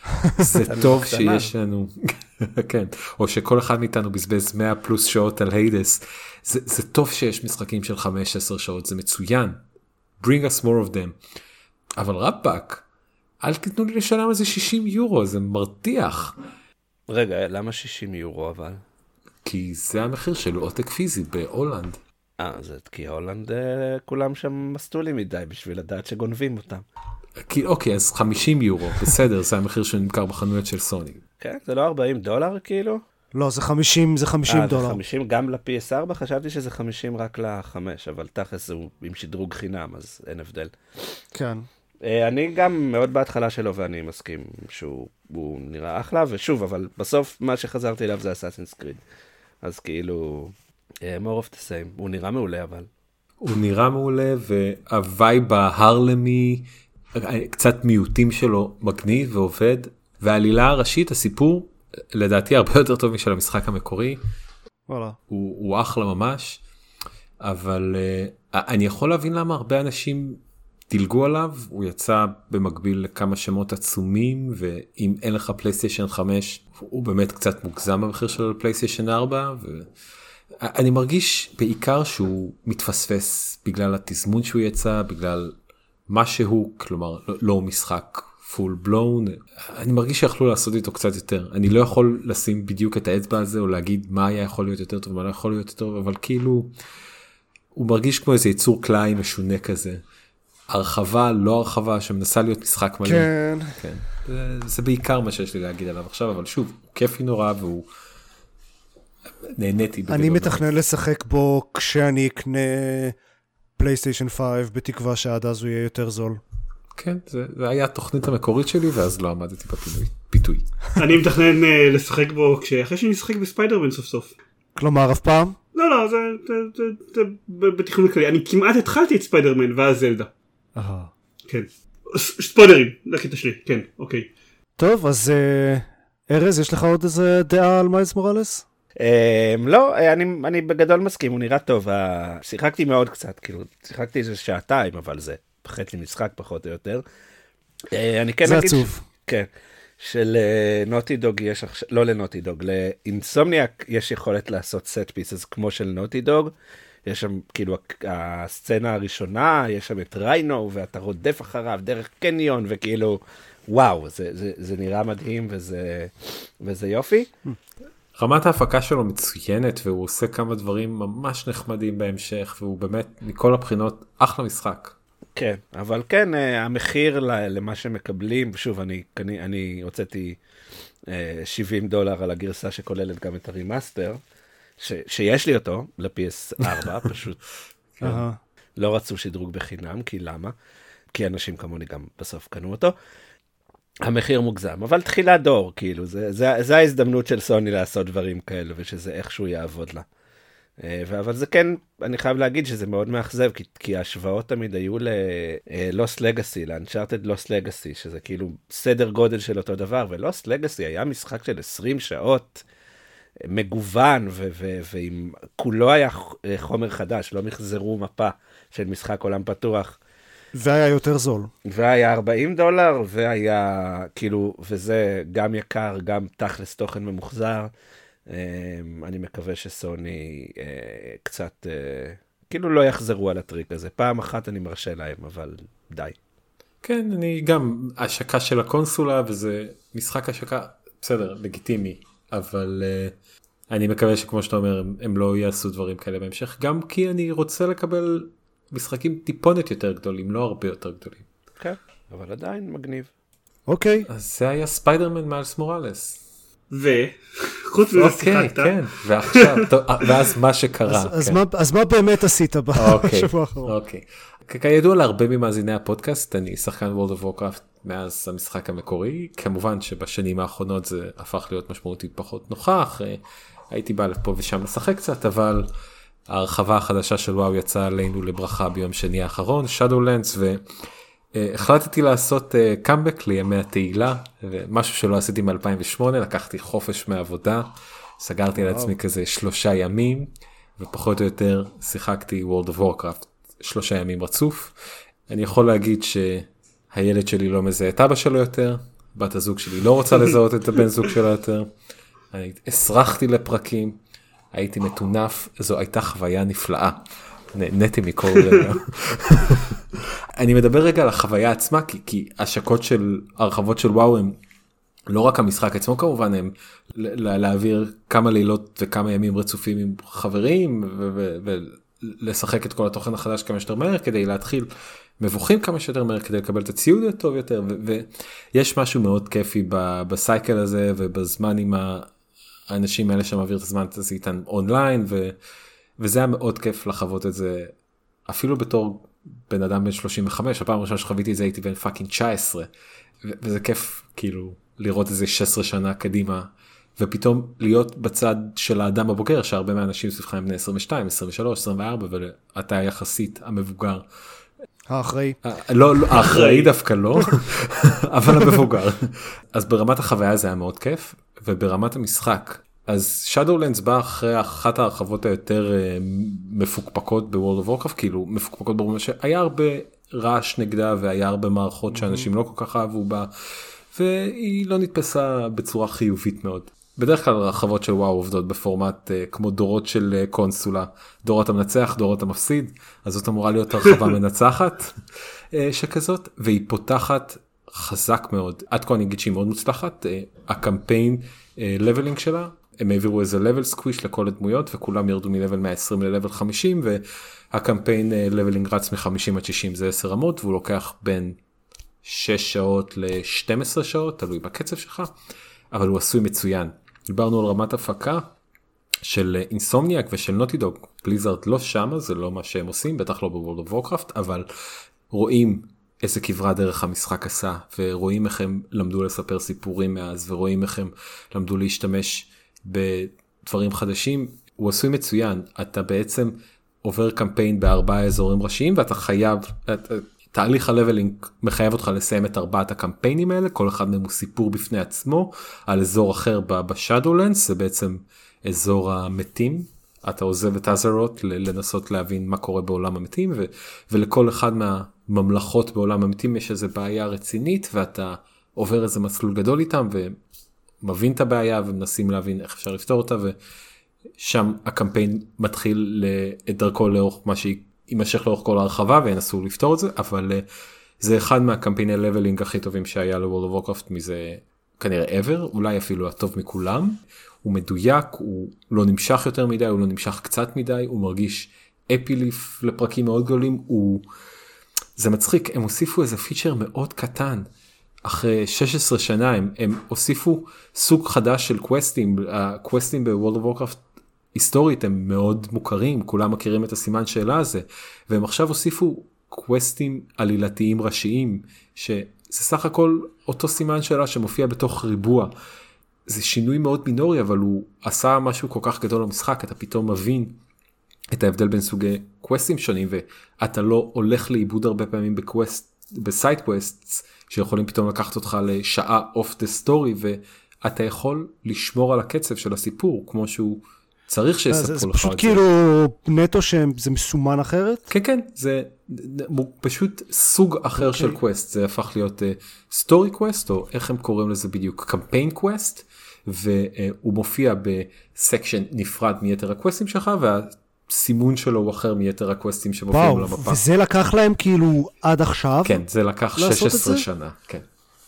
זה טוב שיש לנו, כן, או שכל אחד מאיתנו בזבז מאה פלוס שעות על היידס. זה, זה טוב שיש משחקים של חמש עשרה שעות, זה מצוין. Bring us more of them. אבל רבאק, אל תיתנו לי לשלם איזה שישים יורו, זה מרתיח. רגע, למה שישים יורו אבל? כי זה המחיר של עותק פיזי בהולנד. אה, זה כי הולנד כולם שם מסטולים מדי בשביל לדעת שגונבים אותם. כי אוקיי, אז חמישים יורו, בסדר, זה המחיר שנמכר בחנויות של סוני. כן, זה לא ארבעים דולר כאילו? לא, זה חמישים, זה חמישים דולר. אה, זה חמישים גם ל-פי אס ארבע? חשבתי שזה חמישים רק ל-חמש, אבל תכלס הוא עם שדרוג חינם, אז אין הבדל. כן. אני גם מאוד בהתחלה שלו ואני מסכים שהוא נראה אחלה, ושוב, אבל בסוף מה שחזרתי אליו זה Assassin's Creed. אז כאילו, more of the same. הוא נראה מעולה אבל. הוא נראה מעולה, והווייב ההרלמי, קצת מיעוטים שלו מגניב ועובד, והעלילה הראשית, הסיפור, לדעתי הרבה יותר טוב משל המשחק המקורי. וואלה. הוא, הוא אחלה ממש, אבל uh, אני יכול להבין למה הרבה אנשים דילגו עליו. הוא יצא במקביל לכמה שמות עצומים, ואם אין לך פלייסטיישן חמש, הוא באמת קצת מוגזם במחיר של פלייסטיישן ארבע, ואני מרגיש בעיקר שהוא מתפספס בגלל התזמון שהוא יצא, בגלל מה שהוא, כלומר לא, לא משחק פול בלון. אני מרגיש שיכלו לעשות איתו קצת יותר. אני לא יכול לשים בדיוק את האצבע הזה, או להגיד מה היה יכול להיות יותר טוב, מה לא יכול להיות יותר טוב, אבל כאילו, הוא מרגיש כמו איזה יצור קלעי משונה כזה. הרחבה, לא הרחבה, שמנסה להיות משחק מלא. כן. כן. זה, זה בעיקר מה שיש לי להגיד עליו עכשיו, אבל שוב, הוא כיפי נורא והוא נהניתי. אני מתכנן לשחק בו כשאני אקנה פלייסטיישן חמש, בתקווה שעד אז הוא יהיה יותר זול. כן, זה, זה היה התוכנית המקורית שלי, ואז לא עמדתי בפיתוי. אני מתכנן לשחק בו אחרי שאני אשחק בספיידרמן סוף סוף. כלומר, אף פעם? לא, לא, זה, זה, זה, זה בתכנון כללי. אני כמעט התחלתי את ספיידרמן ואז זלדה. אהה. כן. ספוילרים, לקטע שלי, כן, אוקיי. טוב, אז ארז, יש לך עוד איזה דעה על מיילס מוראלס? לא, אני בגדול מסכים, הוא נראה טוב. שיחקתי מאוד קצת, כאילו, שיחקתי איזה שעתיים, אבל זה חצי משחק פחות או יותר. זה עצוב. כן. של נוטי דוג יש עכשיו, לא לנוטי דוג, לאינסומניאק יש יכולת לעשות סט פיסס כמו של נוטי דוג. יש שם כאילו הסצנה הראשונה, יש שם את ריינו ואתה רודף אחריו דרך קניון וכאילו וואו, זה, זה, זה נראה מדהים וזה, וזה יופי. רמת ההפקה שלו מצוינת והוא עושה כמה דברים ממש נחמדים בהמשך והוא באמת מכל הבחינות אחלה משחק. כן, אבל כן, המחיר למה שמקבלים, ושוב, אני, אני, אני הוצאתי שבעים דולר על הגרסה שכוללת גם את הרימאסטר, ש, שיש לי אותו ל-פי אס ארבע, פשוט כן, לא רצו שדרוג בחינם, כי למה? כי אנשים כמוני גם בסוף קנו אותו. המחיר מוגזם, אבל תחילת דור, כאילו, זה, זה, זה ההזדמנות של סוני לעשות דברים כאלה, ושזה איכשהו יעבוד לה. אבל זה כן, אני חייב להגיד שזה מאוד מאכזב, כי, כי ההשוואות תמיד היו ל-Lost Legacy, ל-Uncharted Lost Legacy, שזה כאילו סדר גודל של אותו דבר, ו-Lost Legacy היה משחק של עשרים שעות, מגוון, ועם כולו היה חומר חדש, לא מחזרו מפה של משחק עולם פתוח. והיה יותר זול. והיה ארבעים דולר, והיה כאילו, וזה גם יקר, גם תכלס תוכן ממוחזר. אני מקווה שסוני קצת, כאילו לא יחזרו על הטריק הזה. פעם אחת אני מרשה להם, אבל די. כן, אני גם, השקה של הקונסולה, וזה משחק השקה, בסדר, לגיטימי, אבל אני מקווה שכמו שאתה אומר, הם לא יעשו דברים כאלה בהמשך, גם כי אני רוצה לקבל משחקים טיפונת יותר גדולים, לא הרבה יותר גדולים. כן, אבל עדיין מגניב. אוקיי. אז זה היה ספיידרמן מיילס מוראלס. וחוץ מזה שיחקת. כן, ועכשיו, ואז מה שקרה. אז מה באמת עשית בשבוע האחרון? אוקיי. כידוע להרבה ממאזיני הפודקאסט, אני שחקן World of Warcraft מאז המשחק המקורי, כמובן שבשנים האחרונות זה הפך להיות משמעותית פחות נוכח, הייתי בא לפה ושם לשחק קצת, אבל ההרחבה החדשה של וואו יצאה עלינו לברכה ביום שני האחרון, Shadowlands, והחלטתי לעשות קאמבק לימי התהילה, ומשהו שלא עשיתי מ-אלפיים ושמונה, לקחתי חופש מעבודה, סגרתי על עצמי כזה שלושה ימים, ופחות או יותר שיחקתי World of Warcraft שלושה ימים רצוף. אני יכול להגיד שהילד שלי לא מזהה את אבא שלו יותר, בת הזוג שלי לא רוצה לזהות את הבן זוג שלו יותר, אני הסרחתי לפרקים, הייתי מטונף, זו הייתה חוויה נפלאה, נהניתי מכל רגע. אני מדבר רגע על החוויה עצמה, כי, כי השקות של הרחבות של וואו הם לא רק המשחק עצמו כמובן, הם להעביר כמה לילות וכמה ימים רצופים עם חברים, ולשחק את כל התוכן החדש כמה שיותר מהר, כדי להתחיל מבוכים כמה שיותר מהר, כדי לקבל את הציוד הטוב יותר, ויש משהו מאוד כיפי בסייקל הזה, ובזמן עם האנשים האלה שמעביר את הזמן הזה איתן אונליין, ו... וזה היה מאוד כיף לחוות את זה, אפילו בתור בן אדם בן שלושים וחמש, הפעם הראשונה שחוויתי את זה הייתי בן פאקינג תשע עשרה, ו- וזה כיף כאילו לראות איזה שש עשרה שנה קדימה, ופתאום להיות בצד של האדם הבוגר, שהרבה מהאנשים סביבך הם בני עשרים ושתיים, עשרים ושלוש, עשרים וארבע, ואתה יחסית המבוגר. האחראי. לא, לא, האחראי דווקא לא, אבל המבוגר. אז ברמת החוויה זה היה מאוד כיף, וברמת המשחק, אז Shadowlands בא אחרי אחת ההרחבות היותר מפוקפקות ב-World of Warcraft, כאילו מפוקפקות ברור שהיה הרבה רעש נגדה, והיה הרבה מערכות שאנשים לא כל כך אהבו בה, והיא לא נתפסה בצורה חיובית מאוד. בדרך כלל הרחבות של וואו עובדות בפורמט כמו דורות של קונסולה, דור אתה מנצח, דור אתה מפסיד, אז זאת אמורה להיות הרחבה מנצחת שכזאת, והיא פותחת חזק מאוד. עד כה אני אגיד שהיא מאוד מוצלחת, הקמפיין לבלינג שלה, הם העבירו איזה level squish לכל הדמויות, וכולם ירדו מ-level מאה ועשרים ל-level חמישים, והקמפיין leveling רץ מ-חמישים עד שישים, זה עשר רמות, והוא לוקח בין שש שעות ל-שתים עשרה שעות, תלוי בקצב שלך, אבל הוא עשוי מצוין. דיברנו על רמת הפקה של אינסומניאק ושל נוטי דוג, בליזארד לא שמה, זה לא מה שהם עושים, בטח לא ב-World of Warcraft, אבל רואים איזה כברה דרך המשחק עשה, ורואים איך הם למדו לספר סיפורים מאז, ורואים איך הם למדו להשתמש בדברים חדשים. הוא עשוי מצוין, אתה בעצם עובר קמפיין בארבעה אזורים ראשיים, ואתה חייב, תהליך הלבלינג מחייב אותך לסיים את ארבעת הקמפיינים האלה, כל אחד מהם הוא סיפור בפני עצמו, על אזור אחר בשאדולנס, זה בעצם אזור המתים, אתה עוזב את אזרות לנסות להבין מה קורה בעולם המתים, ו- ולכל אחד מהממלכות בעולם המתים יש איזו בעיה רצינית, ואתה עובר איזה מסלול גדול איתם, ומבין את הבעיה, ומנסים להבין איך אפשר לפתור אותה, ושם הקמפיין מתחיל את דרכו לאורך מה שימשך לאורך כל הרחבה, וינסו לפתור את זה, אבל זה אחד מהקמפייני לבלינג הכי טובים שהיה ל-World of Warcraft מזה כנראה ever, אולי אפילו הטוב מכולם. הוא מדויק, הוא לא נמשך יותר מדי, הוא לא נמשך קצת מדי, הוא מרגיש אפיליף לפרקים מאוד גדולים, הוא... זה מצחיק, הם הוסיפו איזה פיצ'ר מאוד קטן, אחרי שש עשרה שנה, הם, הם הוסיפו סוג חדש של קווסטים, הקווסטים ב-World of Warcraft היסטורית הם מאוד מוכרים, כולם מכירים את הסימן שאלה הזה, והם עכשיו הוסיפו קווסטים עלילתיים ראשיים, שזה סך הכל אותו סימן שאלה שמופיע בתוך ריבוע, זה שינוי מאוד מינורי, אבל הוא עשה משהו כל כך גדול למשחק, אתה פתאום מבין את ההבדל בין סוגי קווסטים שונים, ואתה לא הולך לאיבוד הרבה פעמים בקווסט, בסייד קווסטס, שיכולים פתאום לקחת אותך לשעה אוף דה סטורי, ואתה יכול לשמור על הקצב של הסיפור, כמו שהוא צריך שיספרו לך את זה. זה פשוט כאילו נטו שזה מסומן אחרת? כן, כן, זה פשוט סוג אחר של קווסט, זה הפך להיות סטורי קווסט, או איך הם קוראים לזה בדיוק, קמפיין קווסט, והוא מופיע בסקשן נפרד מיתר הקווסטים שלך, והסימון שלו הוא אחר מיתר הקווסטים שמופיעים למפה. וואו, וזה לקח להם כאילו עד עכשיו? כן, זה לקח שש עשרה שנה, כן.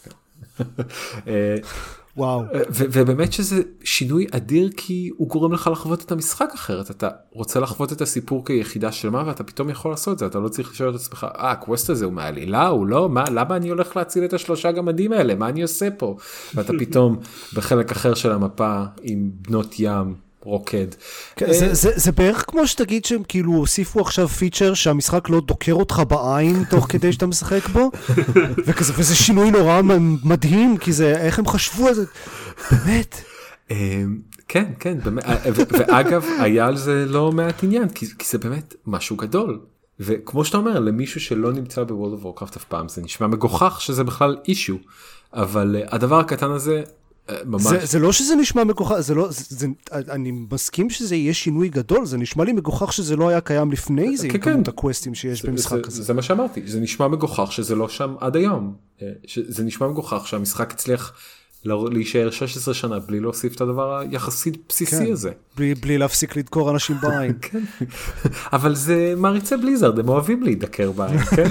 וואו. ובאמת שזה שינוי אדיר, כי הוא גורם לך לחוות את המשחק אחרת, אתה רוצה לחוות את הסיפור כיחידה שלמה, ואתה פתאום יכול לעשות את זה, אתה לא צריך לשאול את עצמך, אה, הקווסט הזה הוא מעלילה, הוא לא, מה, למה אני הולך להציל את השלושה גמדים האלה, מה אני עושה פה? ואתה פתאום בחלק אחר של המפה, עם בנות ים, רוקד. זה, זה, זה בערך כמו שתגיד שהם כאילו הוסיפו עכשיו פיצ'ר שהמשחק לא דוקר אותך בעין תוך כדי שאתה משחק בו, וכזה, וזה שינוי נורא מדהים, כי זה, איך הם חשבו על זה, באמת. כן, כן, ואגב, היה על זה לא מעט עניין, כי זה באמת משהו גדול, וכמו שאתה אומר, למישהו שלא נמצא ב-World of Warcraft אף פעם, זה נשמע מגוחך שזה בכלל אישו, אבל הדבר הקטן הזה, זה, זה לא שזה נשמע מגוחך, זה לא, זה, זה, אני מסכים שזה יהיה שינוי גדול, זה נשמע לי מגוחך שזה לא היה קיים לפני זה, עם כמות הקווסטים שיש במשחק הזה. זה מה שאמרתי, זה נשמע מגוחך שזה לא שם עד היום, זה נשמע מגוחך שהמשחק הצליח להישאר שש עשרה שנה בלי להוסיף את הדבר היחסית בסיסי הזה. בלי, בלי להפסיק לדקור אנשים בעין. כן, אבל זה מעריצי בליזארד, הם אוהבים להידקר בעין, כן?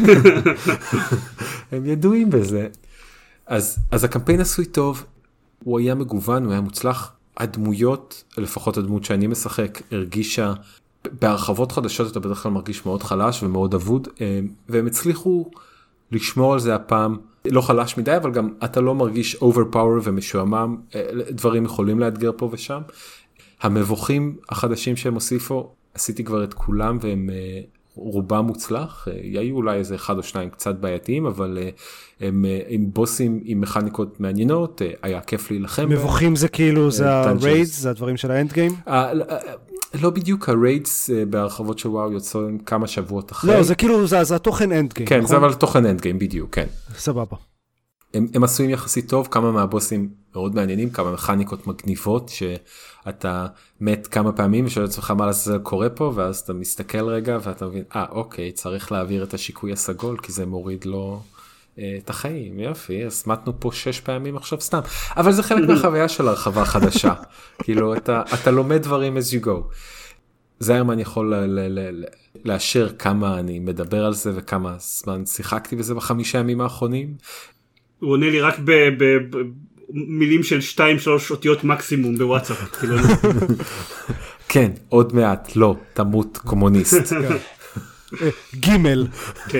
הם ידועים בזה. אז, אז הקמפיין עשוי טוב, הוא היה מגוון, הוא היה מוצלח, הדמויות, לפחות הדמות שאני משחק, הרגישה, בהרחבות חדשות אתה בדרך כלל מרגיש מאוד חלש ומאוד אבוד, והם הצליחו לשמור על זה הפעם, לא חלש מדי, אבל גם אתה לא מרגיש overpower ומשועמם, דברים יכולים לאתגר פה ושם. המבוכים החדשים שהם הוסיפו, עשיתי כבר את כולם והם רובם מוצלח, היו אולי איזה אחד או שניים קצת בעייתיים, אבל הם עם בוסים עם מכניקות מעניינות, היה כיף להילחם. מבוכים זה כאילו, זה הריידס, זה הדברים של האנד גיים? לא בדיוק, הריידס בהרחבות של וואו יוצאים כמה שבועות אחרי. לא, זה כאילו, זה התוכן אנד גיים. כן, זה אבל תוכן אנד גיים בדיוק, כן. סבבה. הם, הם עשויים יחסית טוב, כמה מהבוסים מאוד מעניינים, כמה מכניקות מגניבות, שאתה מת כמה פעמים ושואל עצמך מה זה קורה פה, ואז אתה מסתכל רגע ואתה מבין, אה, אוקיי, צריך להעביר את השיקוי הסגול, כי זה מוריד לו אה, את החיים, יופי, הסמטנו פה שש פעמים עכשיו סתם, אבל זה חלק מהחוויה של הרחבה חדשה, כאילו, אתה, אתה לומד דברים as you go. זיירמן יכול ל- ל- ל- לאשר כמה אני מדבר על זה, וכמה זמן שיחקתי בזה בחמישה ימים האחרונים, הוא עונה לי רק מילים של שתיים שלוש אותיות מקסימום בוואטסאפ. כן, עוד מעט, לא, תמות קומוניסט. גימל. כן.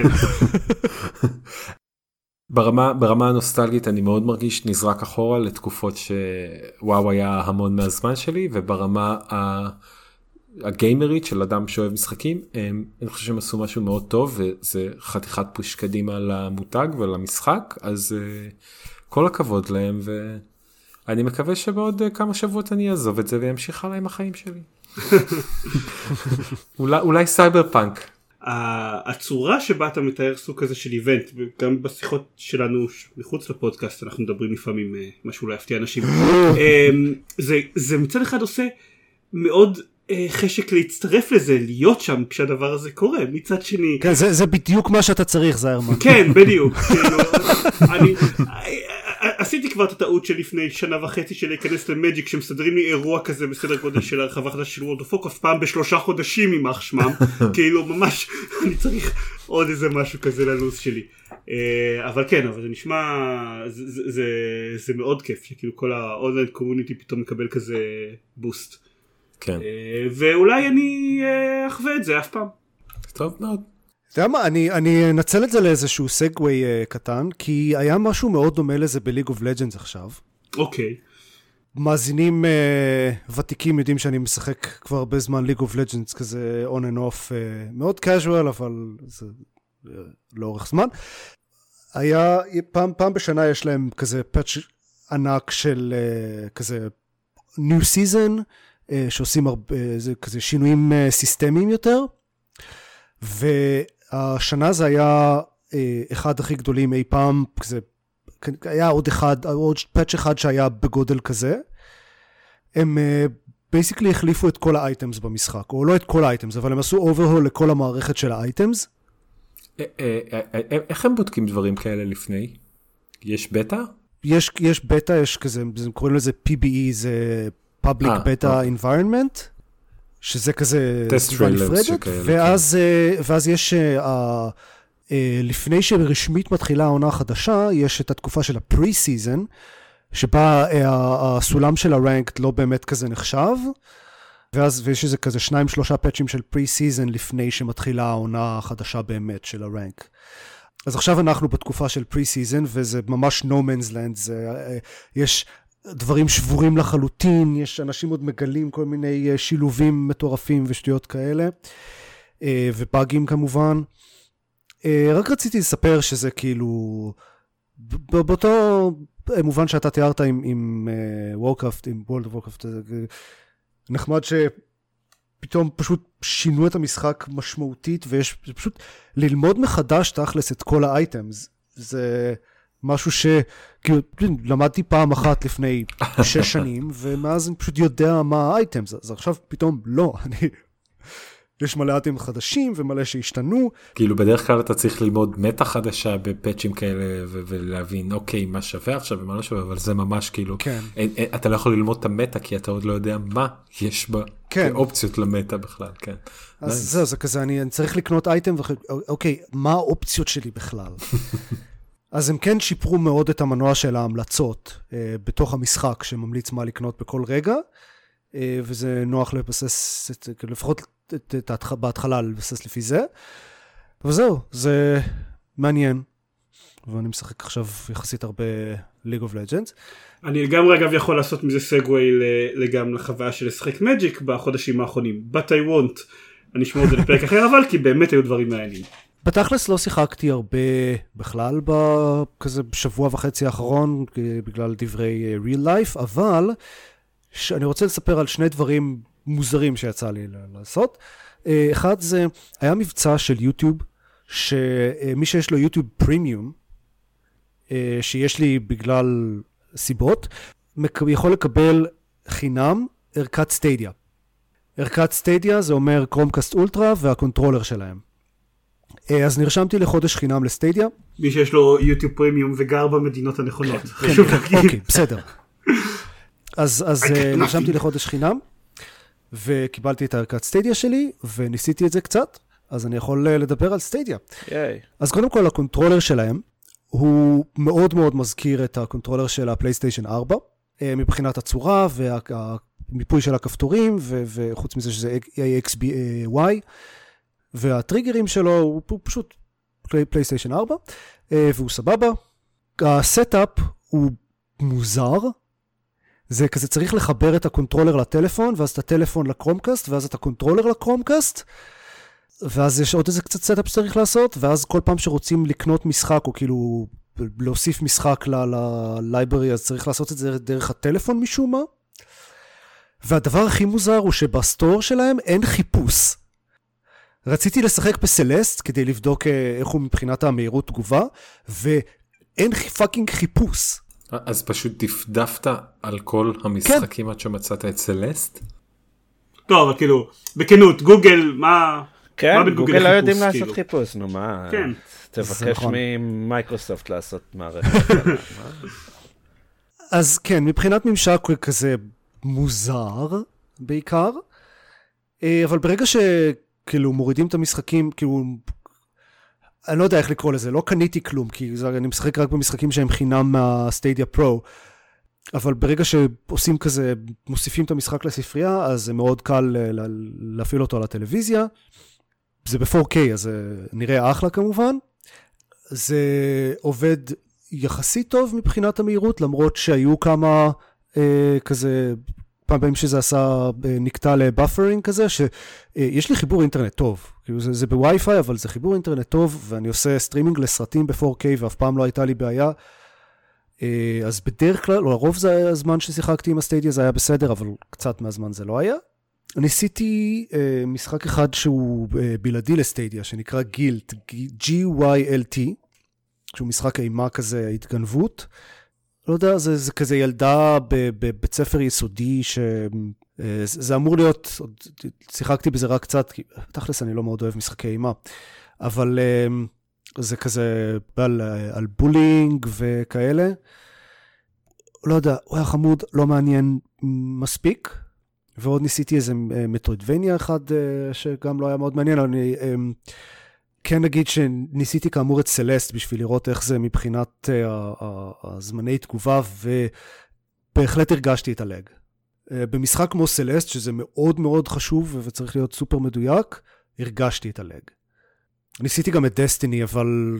ברמה, ברמה הנוסטלגית אני מאוד מרגיש נזרק אחורה לתקופות שוואו היה המון מהזמן שלי, וברמה הגיימרית של אדם שאוהב משחקים, אני חושב שהם עשו משהו מאוד טוב, וזה חתיכת פוש קדימה למותג ולמשחק, אז כל הכבוד להם, ואני מקווה שבעוד כמה שבועות אני אעזוב את זה וימשיך עליי עם החיים שלי. אולי, אולי סייבר פאנק. הצורה שבה אתה מתאר סוג כזה של איבנט, גם בשיחות שלנו מחוץ לפודקאסט אנחנו מדברים לפעמים משהו להפתיע אנשים, זה, זה מצד אחד עושה מאוד חשק להצטרף לזה, להיות שם כשהדבר הזה קורה, מצד שני... כן, זה, זה בדיוק מה שאתה צריך, זיירמן. כן, בדיוק. אני... עשיתי כבר את הטעות של לפני שנה וחצי של להיכנס למג'יק שמסדרים לי אירוע כזה בסדר גודל של הרחבה חדשה של World of Warcraft פעם בשלושה חודשים ממח שמם, כאילו ממש אני צריך עוד איזה משהו כזה ללו"ז שלי. אבל כן, אבל זה נשמע, זה, זה, זה, זה מאוד כיף שכאילו כל האונליין קומיוניטי פתאום מקבל כזה בוסט. כן. ואולי אני אחווה את זה אף פעם. טוב מאוד. אתה יודע מה, אני, אני אנצל את זה לאיזשהו סגווי uh, קטן, כי היה משהו מאוד דומה לזה בליג אוף לג'נדס עכשיו. אוקיי. Okay. מאזינים uh, ותיקים יודעים שאני משחק כבר הרבה זמן ליג אוף לג'נדס, כזה on and off, uh, מאוד casual, אבל זה uh, לאורך זמן. היה, פעם, פעם בשנה יש להם כזה פאץ' ענק של uh, כזה new season, uh, שעושים הרבה, uh, זה כזה שינויים uh, סיסטמיים יותר, ו... השנה זה היה אה, אחד הכי גדולים אי פעם, זה, היה עוד אחד, עוד פאץ' אחד שהיה בגודל כזה, הם בייסיקלי uh, החליפו את כל האייטמס במשחק, או לא את כל האייטמס, אבל הם עשו אוברהול לכל המערכת של האייטמס. איך הם בודקים דברים כאלה לפני? יש בטא? יש, יש בטא, יש כזה, קוראים לזה פי בי אי, זה Public Beta Environment, שזה כזה סביבה נפרדת, ואז, ואז יש, לפני שרשמית מתחילה העונה החדשה, יש את התקופה של הפרי-סיזן, שבה הסולם של הרנק לא באמת כזה נחשב, ואז יש איזה כזה שניים שלושה פאצ'ים של פרי-סיזן לפני שמתחילה העונה החדשה באמת של הרנק. אז עכשיו אנחנו בתקופה של פרי-סיזן, וזה ממש no man's land, זה, יש... דברים שבורים לחלוטין, יש אנשים עוד מגלים כל מיני שילובים מטורפים ושטויות כאלה, ובאגים כמובן. רק רציתי לספר שזה כאילו, באותו מובן שאתה תיארת עם, עם וורקראפט, עם World of Warcraft, נחמד שפתאום פשוט שינו את המשחק משמעותית, ויש פשוט ללמוד מחדש תכלס את כל האייטמס. זה... משהו שכאילו למדתי פעם אחת לפני שש שנים, ומאז אני פשוט יודע מה האייטמס, אז עכשיו פתאום לא, אני... יש מלא אייטמים חדשים ומלא שהשתנו. כאילו בדרך כלל אתה צריך ללמוד מטה חדשה בפאצ'ים כאלה, ו- ולהבין אוקיי מה שווה עכשיו ומה לא שווה, אבל זה ממש כאילו, כן. אתה לא יכול ללמוד את המטה, כי אתה עוד לא יודע מה יש בה, כן. כאופציות למטה בכלל, כן. אז זהו, זה כזה, אני, אני צריך לקנות אייטם, ואוקיי, מה האופציות שלי בכלל? אז הם כן שיפרו מאוד את המנוע של ההמלצות אה, בתוך המשחק, שממליץ מה לקנות בכל רגע, אה, וזה נוח לבסס, את, לפחות את, את, את, בהתחלה לבסס לפי זה. וזהו, זה מעניין. ואני משחק עכשיו יחסית הרבה League of Legends. אני לגמרי אגב יכול לעשות מזה סגווי לגמרי לחוויה של לשחק מג'יק בחודשים האחרונים. But I won't. אני אשמור את זה לפרק אחר, אבל כי באמת היו דברים מעניינים. בתכלס לא שיחקתי הרבה בכלל בכזה בשבוע וחצי האחרון, בגלל דברי real life, אבל אני רוצה לספר על שני דברים מוזרים שיצא לי לעשות. אחד זה, היה מבצע של יוטיוב, שמי שיש לו יוטיוב פרימיום, שיש לי בגלל סיבות, יכול לקבל חינם ערכת סטיידיה. ערכת סטיידיה זה אומר קרומקאסט אולטרה והקונטרולר שלהם. אז נרשמתי לחודש חינם לסטיידיה. מי שיש לו יוטיוב פרימיום וגר במדינות הנכונות. אוקיי, בסדר. אז נרשמתי לחודש חינם, וקיבלתי את הערכת סטיידיה שלי, וניסיתי את זה קצת, אז אני יכול לדבר על סטיידיה. אז קודם כל, הקונטרולר שלהם, הוא מאוד מאוד מזכיר את הקונטרולר של הפלייסטיישן ארבע, מבחינת הצורה והמיפוי של הכפתורים, וחוץ מזה שזה איי אקס בי וואי, והטריגרים שלו הוא פשוט פלייסטיישן ארבע, והוא סבבה. הסטאפ הוא מוזר, זה כזה צריך לחבר את הקונטרולר לטלפון, ואז את הטלפון לקרומקאסט, ואז את הקונטרולר לקרומקאסט, ואז יש עוד איזה קצת סטאפ שצריך לעשות, ואז כל פעם שרוצים לקנות משחק, או כאילו להוסיף משחק ללייברי, אז צריך לעשות את זה דרך הטלפון משום מה. והדבר הכי מוזר הוא שבסטור שלהם אין חיפוש. רציתי לשחק בסלסט כדי לבדוק איך הוא מבחינת המהירות תגובה, ואין פאקינג חיפוש. אז פשוט דפדפת על כל המשחקים עד שמצאת את סלסט? טוב, אבל כאילו, בכנות, גוגל, מה... כן, גוגל לא יודעים לעשות חיפוש, נו מה? כן. תבקש ממייקרוסופט לעשות מערכת. אז כן, מבחינת ממשק הוא כזה מוזר בעיקר, אבל ברגע שכאילו מורידים את המשחקים, כאילו, אני לא יודע איך לקרוא לזה, לא קניתי כלום, כי אני משחק רק במשחקים שהם חינם מהסטיידיה פרו, אבל ברגע שעושים כזה, מוסיפים את המשחק לספרייה, אז זה מאוד קל להפעיל אותו על הטלוויזיה, זה ב-פור קיי, אז זה נראה אחלה כמובן, זה עובד יחסית טוב מבחינת המהירות, למרות שהיו כמה אה, כזה, פעם פעמים שזה עשה, אה, נקטע לבאפרינג כזה, שיש לי חיבור אינטרנט טוב, כאילו זה, זה בווי-פיי, אבל זה חיבור אינטרנט טוב, ואני עושה סטרימינג לסרטים ב-פור קיי, ואף פעם לא הייתה לי בעיה, אה, אז בדרך כלל, או לרוב זה הזמן ששיחקתי עם הסטיידיה, זה היה בסדר, אבל קצת מהזמן זה לא היה. ניסיתי אה, משחק אחד שהוא אה, בלעדי לסטיידיה, שנקרא גילט, ג'י וואי אל טי, שהוא משחק אימה כזה, התגנבות. לא יודע, זה, זה כזה ילדה בבית ספר יסודי, שזה אמור להיות, שיחקתי בזה רק קצת, כי תכלס אני לא מאוד אוהב משחקי אימה, אבל זה כזה על, על בולינג וכאלה. לא יודע, הוא היה חמוד, לא מעניין מספיק, ועוד ניסיתי איזה מטרוידבניה אחד, שגם לא היה מאוד מעניין, אני... כן נגיד שניסיתי כאמור את סלסט בשביל לראות איך זה מבחינת הזמני תגובה, ובהחלט הרגשתי את הלג. במשחק כמו סלסט, שזה מאוד מאוד חשוב וצריך להיות סופר מדויק, הרגשתי את הלג. ניסיתי גם את דסטיני, אבל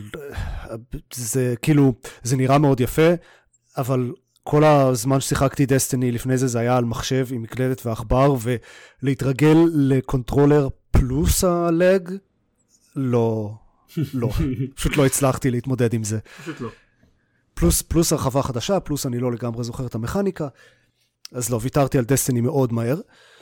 זה כאילו, זה נראה מאוד יפה, אבל כל הזמן ששיחקתי דסטיני לפני זה, זה היה על מחשב עם מקלדת ועכבר, ולהתרגל לקונטרולר פלוס הלג, לא, לא, פשוט לא הצלחתי להתמודד עם זה. פשוט לא. פלוס, פלוס הרחבה חדשה, פלוס אני לא לגמרי זוכר את המכניקה, אז לא, ויתרתי על דסטיני מאוד מהר.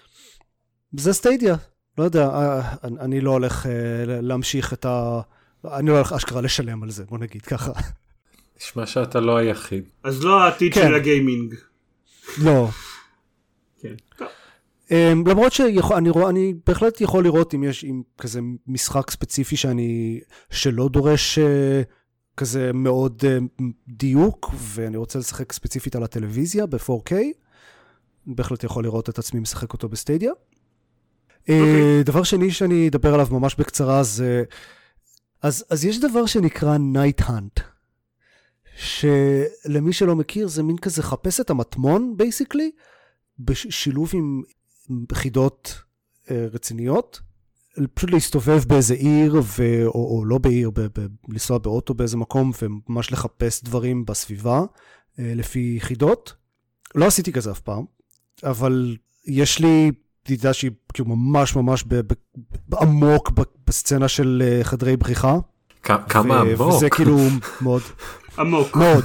זה סטיידיה, לא יודע, אני, אני לא הולך להמשיך את ה... אני לא הולך אשכרה לשלם על זה, בוא נגיד ככה. נשמע שאתה לא היחיד. אז לא העתיד כן. של הגיימינג. לא. כן. טוב. Um, למרות שאני רואה, אני בהחלט יכול לראות אם יש עם כזה משחק ספציפי שאני, שלא דורש uh, כזה מאוד uh, דיוק, ואני רוצה לשחק ספציפית על הטלוויזיה ב-פור קיי, בהחלט יכול לראות את עצמי משחק אותו בסטיידיה. Okay. Uh, דבר שני שאני אדבר עליו ממש בקצרה זה, אז, אז יש דבר שנקרא Night Hunt, שלמי שלא מכיר זה מין כזה חפש את המטמון, basically, בשילוב עם חידות רציניות, פשוט להסתובב באיזה עיר, ו... או, או לא בעיר, ב... ב... לנסוע באוטו באיזה מקום, וממש לחפש דברים בסביבה, לפי חידות. לא עשיתי כזה אף פעם, אבל יש לי ידידה שהיא כאילו ממש ממש ב... ב... עמוק בסצנה של חדרי בריחה. כמה עמוק? וזה כאילו מאוד... עמוק. מאוד.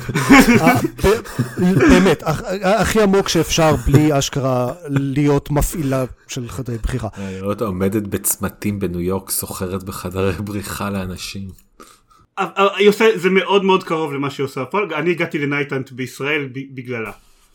באמת, הכי עמוק שאפשר בלי אשכרה להיות מפעילה של חדרי בריחה. אתה עומדת בצמתים בניו יורק, סוחרת בחדרי בריחה לאנשים. זה מאוד מאוד קרוב למה שהיא עושה. אני הגעתי לנייטנט בישראל בגללה.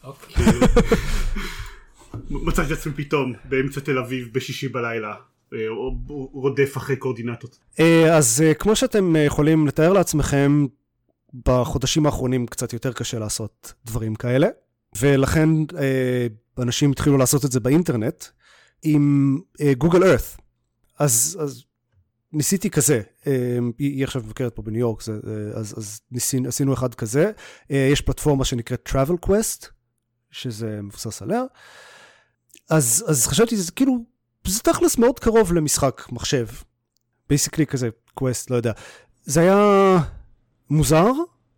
מצאתי את עצמי פתאום באמצע תל אביב בשישי בלילה. הוא רודף אחרי קורדינטות. אז כמו שאתם יכולים לתאר לעצמכם, בחודשים האחרונים קצת יותר קשה לעשות דברים כאלה, ולכן אנשים התחילו לעשות את זה באינטרנט עם גוגל ארת. אז, אז ניסיתי כזה, היא עכשיו מבקרת פה בניו יורק, אז, אז ניסינו, עשינו אחד כזה, יש פלטפורמה שנקראת Travel Quest, שזה מבוסס עליה, אז, אז חשבתי, זה כאילו, זה תכלס מאוד קרוב למשחק מחשב, basically כזה, Quest, לא יודע, זה היה מוזר,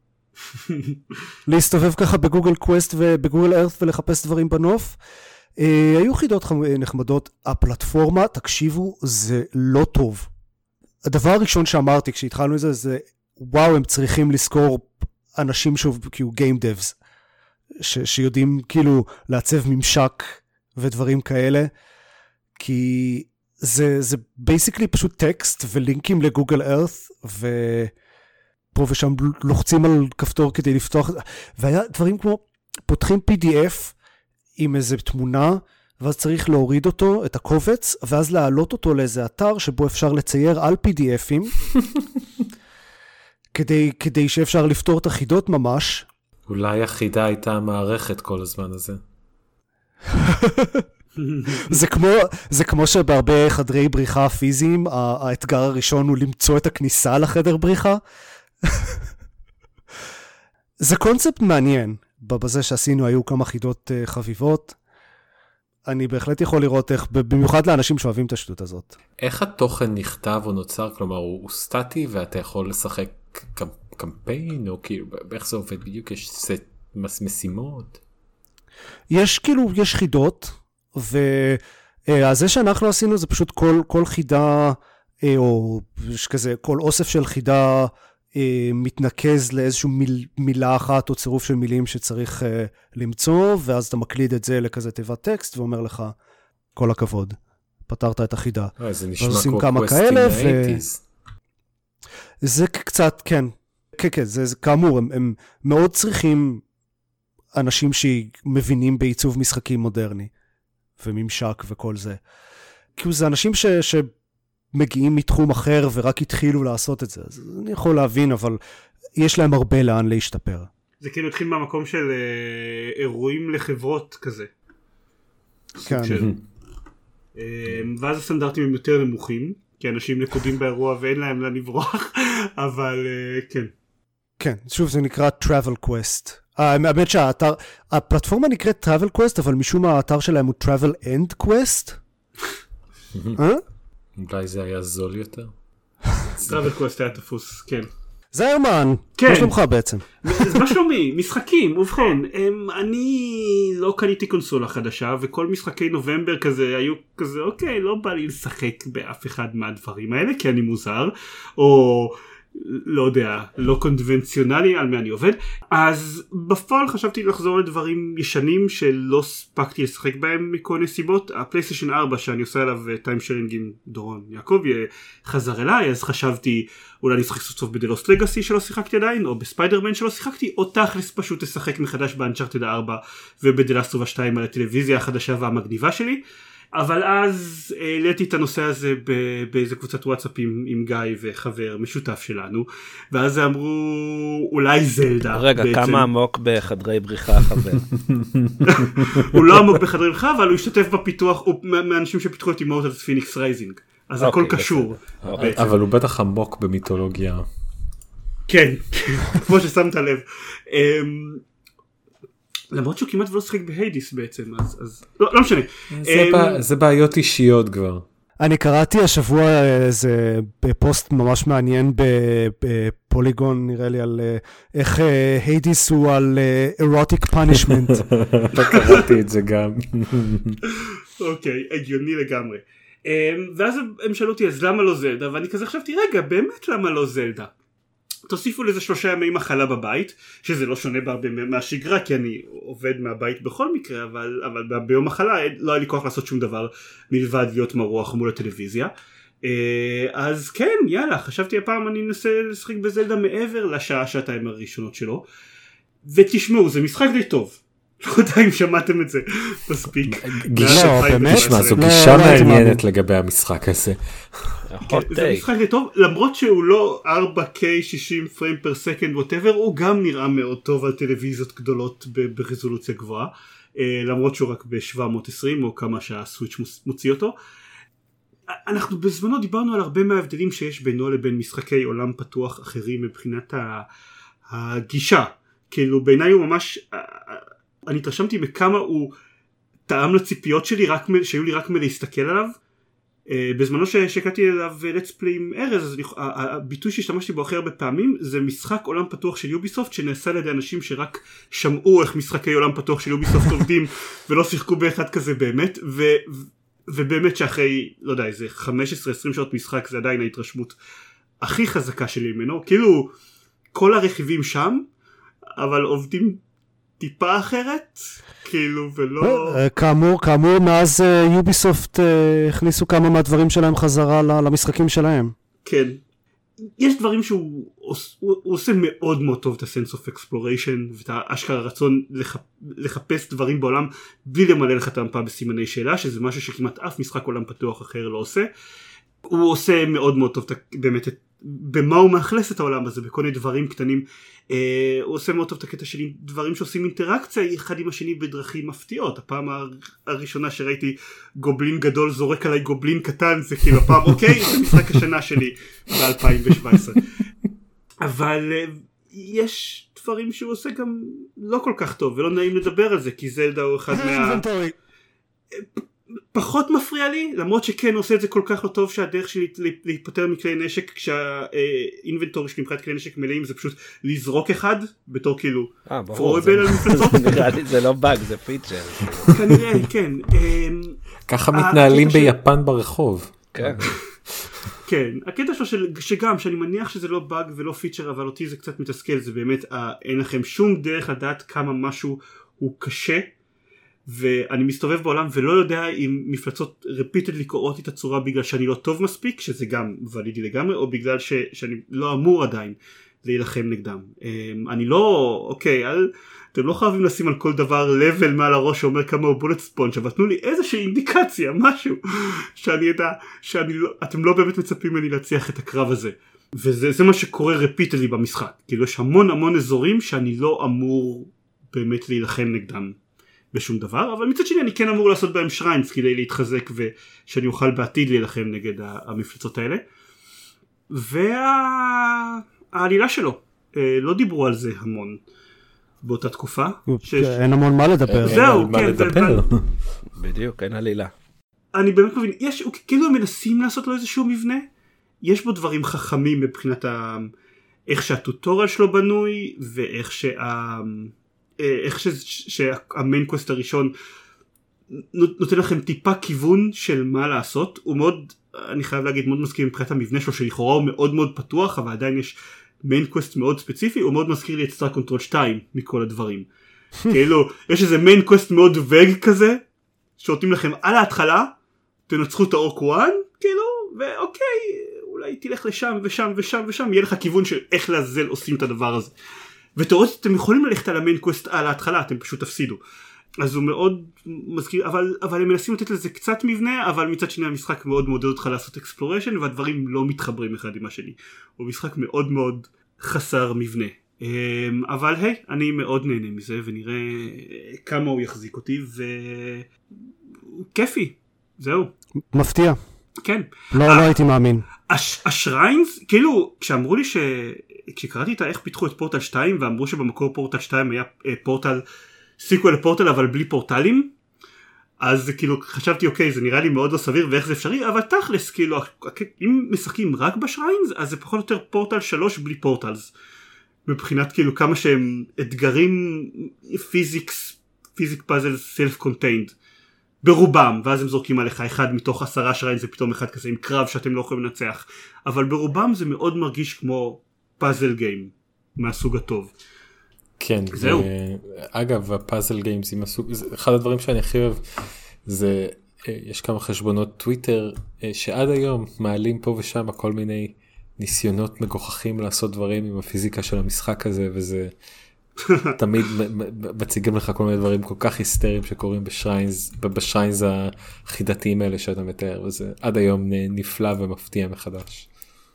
להסתובב ככה בגוגל קווסט ובגוגל ארת ולחפש דברים בנוף, היו חידות נחמדות, הפלטפורמה, תקשיבו, זה לא טוב. הדבר הראשון שאמרתי כשהתחלנו את זה, זה וואו, הם צריכים לזכור אנשים שוב, כאילו Game Devs, ש- שיודעים כאילו לעצב ממשק ודברים כאלה, כי זה, זה basically פשוט טקסט ולינקים לגוגל ארת, ופה ושם לוחצים על כפתור כדי לפתוח, והיה דברים כמו, פותחים פי די אף, עם איזו תמונה, ואז צריך להוריד אותו, את הקובץ, ואז להעלות אותו לאיזה אתר, שבו אפשר לצייר על פי די אפים, כדי, כדי שאפשר לפתור את החידות ממש. אולי החידה הייתה המערכת כל הזמן הזה. זה כמו, זה כמו שבהרבה חדרי בריחה פיזיים, האתגר הראשון הוא למצוא את הכניסה לחדר בריחה. זה קונספט מעניין. בזה שעשינו היו כמה חידות חביבות. אני בהחלט יכול לראות איך, במיוחד לאנשים שאוהבים את השטות הזאת. איך התוכן נכתב או נוצר? כלומר, הוא, הוא סטטי ואתה יכול לשחק קמפיין, או כאילו, איך זה עובד בדיוק? יש סט משימות? יש כאילו, יש חידות, וזה שאנחנו עשינו זה פשוט כל, כל חידה, או יש כזה, כל אוסף של חידה, מתנקז לאיזשהו מיל, מילה אחת או צירוף של מילים שצריך uh, למצוא, ואז אתה מקליד את זה לכזה תיבת טקסט ואומר לך, כל הכבוד, פתרת את החידה. אה, זה נשמע כמו קווסטים ו... זה קצת, כן, כן, כן, זה, זה כאמור, הם, הם מאוד צריכים אנשים שמבינים בעיצוב משחקים מודרני, וממשק וכל זה. כאילו זה אנשים ש... ש... מגיעים מתחום אחר ורק התחילו לעשות את זה. אז אני יכול להבין, אבל יש להם הרבה לאן להשתפר. זה כאילו התחיל מהמקום של אה, אירועים לחברות כזה. כן. של... אה, ואז הסטנדרטים הם יותר נמוכים, כי אנשים נקודים באירוע ואין להם לאן לברוח, אבל אה, כן. כן, שוב זה נקרא Travel Quest. האמת שהאתר, הפלטפורמה נקראת Travel Quest, אבל משום מה האתר שלהם הוא Travel End Quest. אה? אולי זה היה זול יותר? טראבל קווסט היה תפוס, כן. זרמן, כן. מה שלומך בעצם? אז מה שלומי? משחקים, ובכן, הם, אני לא קניתי קונסולה חדשה, וכל משחקי נובמבר כזה היו כזה, אוקיי, לא בא לי לשחק באף אחד מהדברים האלה, כי אני מוזר, או לא יודע, לא קונבנציונלי על מה אני עובד. אז בפועל חשבתי לחזור לדברים ישנים שלא ספקתי לשחק בהם מכל נסיבות. הפלייסטיישן ארבע שאני עושה עליו טיים שרינג עם דורון יעקב חזר אליי, אז חשבתי אולי נשחק סוף סוף בדלוסט לגאסי שלא שיחקתי עדיין, או בספיידרמן שלא שיחקתי, או תכלס פשוט לשחק מחדש באנצ'ארטד ארבע ובדלאסט אוף אס שתיים על הטלוויזיה החדשה והמגניבה שלי. אבל אז העליתי את הנושא הזה באיזה קבוצת וואטסאפים עם גיא וחבר משותף שלנו, ואז אמרו אולי זלדה. רגע, בעצם. כמה עמוק בחדרי בריחה חבר? הוא לא עמוק בחדרי בריחה, אבל הוא השתתף בפיתוח, הוא מהאנשים שפיתחו את אימורטלס פיניקס רייזינג, אז הכל קשור. אבל הוא בטח עמוק במיתולוגיה. כן, כמו ששמת לב. למרות שהוא כמעט ולא שחק בהיידיס בעצם, אז, אז לא, לא משנה. זה, בע... זה בעיות אישיות כבר. אני קראתי השבוע איזה פוסט ממש מעניין בפוליגון, נראה לי, על איך היידיס הוא על erotic punishment. לא קראתי את זה גם. אוקיי, הגיוני לגמרי. ואז הם שאלו אותי, אז למה לא זלדה? ואני כזה חשבתי, רגע, באמת למה לא זלדה? תוסיפו לזה שלושה ימי מחלה בבית, שזה לא שונה בהרבה מהשגרה, כי אני עובד מהבית בכל מקרה, אבל, אבל ביום מחלה לא היה לי כוח לעשות שום דבר מלבד להיות מרוח מול הטלוויזיה. אז כן, יאללה, חשבתי הפעם אני אנסה לשחק בזלדה מעבר לשעה שעתיים הראשונות שלו, ותשמעו, זה משחק די טוב. לא יודע אם שמעתם את זה מספיק. גישה, תשמע, זו גישה מעניינת לגבי המשחק הזה. זה משחק די טוב, למרות שהוא לא ארבע קיי שישים פריים פר סקנד ווטאבר, הוא גם נראה מאוד טוב על טלוויזיות גדולות ברזולוציה גבוהה, למרות שהוא רק ב-שבע מאות ועשרים או כמה שהסוויץ' מוציא אותו. אנחנו בזמנו דיברנו על הרבה מההבדלים שיש בינו לבין משחקי עולם פתוח אחרים מבחינת הגישה. כאילו בעיניי הוא ממש, אני התרשמתי בכמה הוא טעם לציפיות שלי, רק, שהיו לי רק מלהסתכל עליו. בזמנו שהקלטתי אליו let's play עם ארז, אז הביטוי שהשתמשתי בו הכי הרבה פעמים זה משחק עולם פתוח של יוביסופט שנעשה על ידי אנשים שרק שמעו איך משחקי עולם פתוח של יוביסופט עובדים ולא שיחקו באחד כזה באמת, ו, ובאמת שאחרי לא יודע איזה חמש עשרה עשרים שעות משחק זה עדיין ההתרשמות הכי חזקה שלי ממנו. כאילו כל הרכיבים שם אבל עובדים טיפה אחרת, כאילו, ולא... כאמור, כאמור, מאז יוביסופט הכניסו כמה מהדברים שלהם חזרה למשחקים שלהם. כן. יש דברים שהוא הוא עושה מאוד מאוד טוב את ה-sense of exploration, ואת האשכרה רצון לחפש דברים בעולם, בלי למלא לך את המפה בסימני שאלה, שזה משהו שכמעט אף משחק עולם פתוח אחר לא עושה. הוא עושה מאוד מאוד טוב באמת במה הוא מאכלס את העולם הזה, בכל מיני דברים קטנים. אה, הוא עושה מאוד טוב את הקטע שלי, דברים שעושים אינטראקציה אחד עם השני בדרכים מפתיעות. הפעם הראשונה שראיתי גובלין גדול זורק עליי גובלין קטן, זה כאילו הפעם אוקיי, זה משחק השנה שלי ב-אלפיים שבע עשרה. אבל אה, יש דברים שהוא עושה גם לא כל כך טוב, ולא נעים לדבר על זה, כי זלדה הוא אחד מה... פחות מפריע לי, למרות שכן עושה את זה כל כך לא טוב שהדרך שלי להיפטר מכלי נשק כשהאינבנטורי שלי מבחינת כלי נשק מלאים זה פשוט לזרוק אחד בתור כאילו פרויבל על מפלצות. נראה לי זה לא באג, זה פיצ'ר. כנראה, כן. ככה מתנהלים ביפן ברחוב. כן. כן, הקטע שלו שגם שאני מניח שזה לא באג ולא פיצ'ר אבל אותי זה קצת מתסכל, זה באמת אין לכם שום דרך לדעת כמה משהו הוא קשה, ואני מסתובב בעולם ולא יודע אם מפלצות רפיטדלי קוראות את הצורה בגלל שאני לא טוב מספיק, שזה גם ולידי לגמרי, או בגלל ש, שאני לא אמור עדיין להילחם נגדם. אני לא, אוקיי, אל, אתם לא חייבים לשים על כל דבר לבל מעל הראש שאומר כמה הוא בולט ספונג', אבל תנו לי איזושהי אינדיקציה, משהו, שאני ידע, שאני לא, אתם לא באמת מצפים ממני להצליח את הקרב הזה. וזה זה מה שקורה רפיטדלי במשחק. כאילו יש המון המון אזורים שאני לא אמור באמת להילחם נגדם. בשום דבר, אבל מצד שני אני כן אמור לעשות בהם שריינס כדי להתחזק ושאני אוכל בעתיד להילחם נגד המפלצות האלה. והעלילה שלו, לא דיברו על זה המון באותה תקופה. אין המון מה לדבר. זהו, כן. בדיוק, אין עלילה. אני באמת מבין, כאילו הם מנסים לעשות לו איזשהו מבנה, יש בו דברים חכמים מבחינת איך שהטוטורל שלו בנוי ואיך שה... איך שהמיין קווסט הראשון נותן לכם טיפה כיוון של מה לעשות. הוא מאוד, אני חייב להגיד, מאוד מזכיר מבחינת המבנה שלו שלכאורה הוא מאוד מאוד פתוח, אבל עדיין יש מיין קווסט מאוד ספציפי. הוא מאוד מזכיר לי את סטאר קונטרול שתיים מכל הדברים. כאילו יש איזה מיין קווסט מאוד וג כזה שנותנים לכם על ההתחלה, תנצחו את האורק וואן כאילו, ואוקיי אולי תלך לשם ושם ושם ושם, יהיה לך כיוון של איך לעזל עושים את הדבר הזה. ותאורטית אתם יכולים ללכת על המיין קווסט על ההתחלה, אתם פשוט תפסידו. אז הוא מאוד מזכיר, אבל, אבל הם מנסים לתת לזה קצת מבנה, אבל מצד שני המשחק מאוד מעודד אותך לעשות אקספלוריישן, והדברים לא מתחברים אחד עם השני. הוא משחק מאוד מאוד חסר מבנה. אבל היי, אני מאוד נהנה מזה, ונראה כמה הוא יחזיק אותי, וכיפי, זהו. מפתיע. כן. לא, לא הייתי מאמין. הש, השריינס, כאילו, כשאמרו לי ש... כשקראתי את איך פיתחו את פורטל שתיים ואמרו שבמקור פורטל שתיים היה פורטל סיקוול לפורטל אבל בלי פורטלים, אז כאילו חשבתי אוקיי זה נראה לי מאוד לא סביר ואיך זה אפשרי, אבל תכלס כאילו אם משחקים רק בשריינס אז זה פחות או יותר פורטל שלוש בלי פורטלס, מבחינת כאילו כמה שהם אתגרים פיזיקס פיזיק פאזל סלף קונטיינד ברובם, ואז הם זורקים עליך אחד מתוך עשרה שריינס זה פתאום אחד כזה עם קרב שאתם לא יכולים לנצח, אבל ברובם זה מאוד מרגיש כמו פאזל גיים מהסוג הטוב. כן, זהו. אגב, הפאזל גיימס עם הסוג, אחד הדברים שאני הכי אוהב זה, יש כמה חשבונות טוויטר שעד היום מעלים פה ושם כל מיני ניסיונות מגוחכים לעשות דברים עם הפיזיקה של המשחק הזה, וזה תמיד מציגים לך כל מיני דברים כל כך היסטריים שקורים בשריינס, בשריינס החידתיים האלה שאתה מתאר, וזה עד היום נפלא ומפתיע מחדש.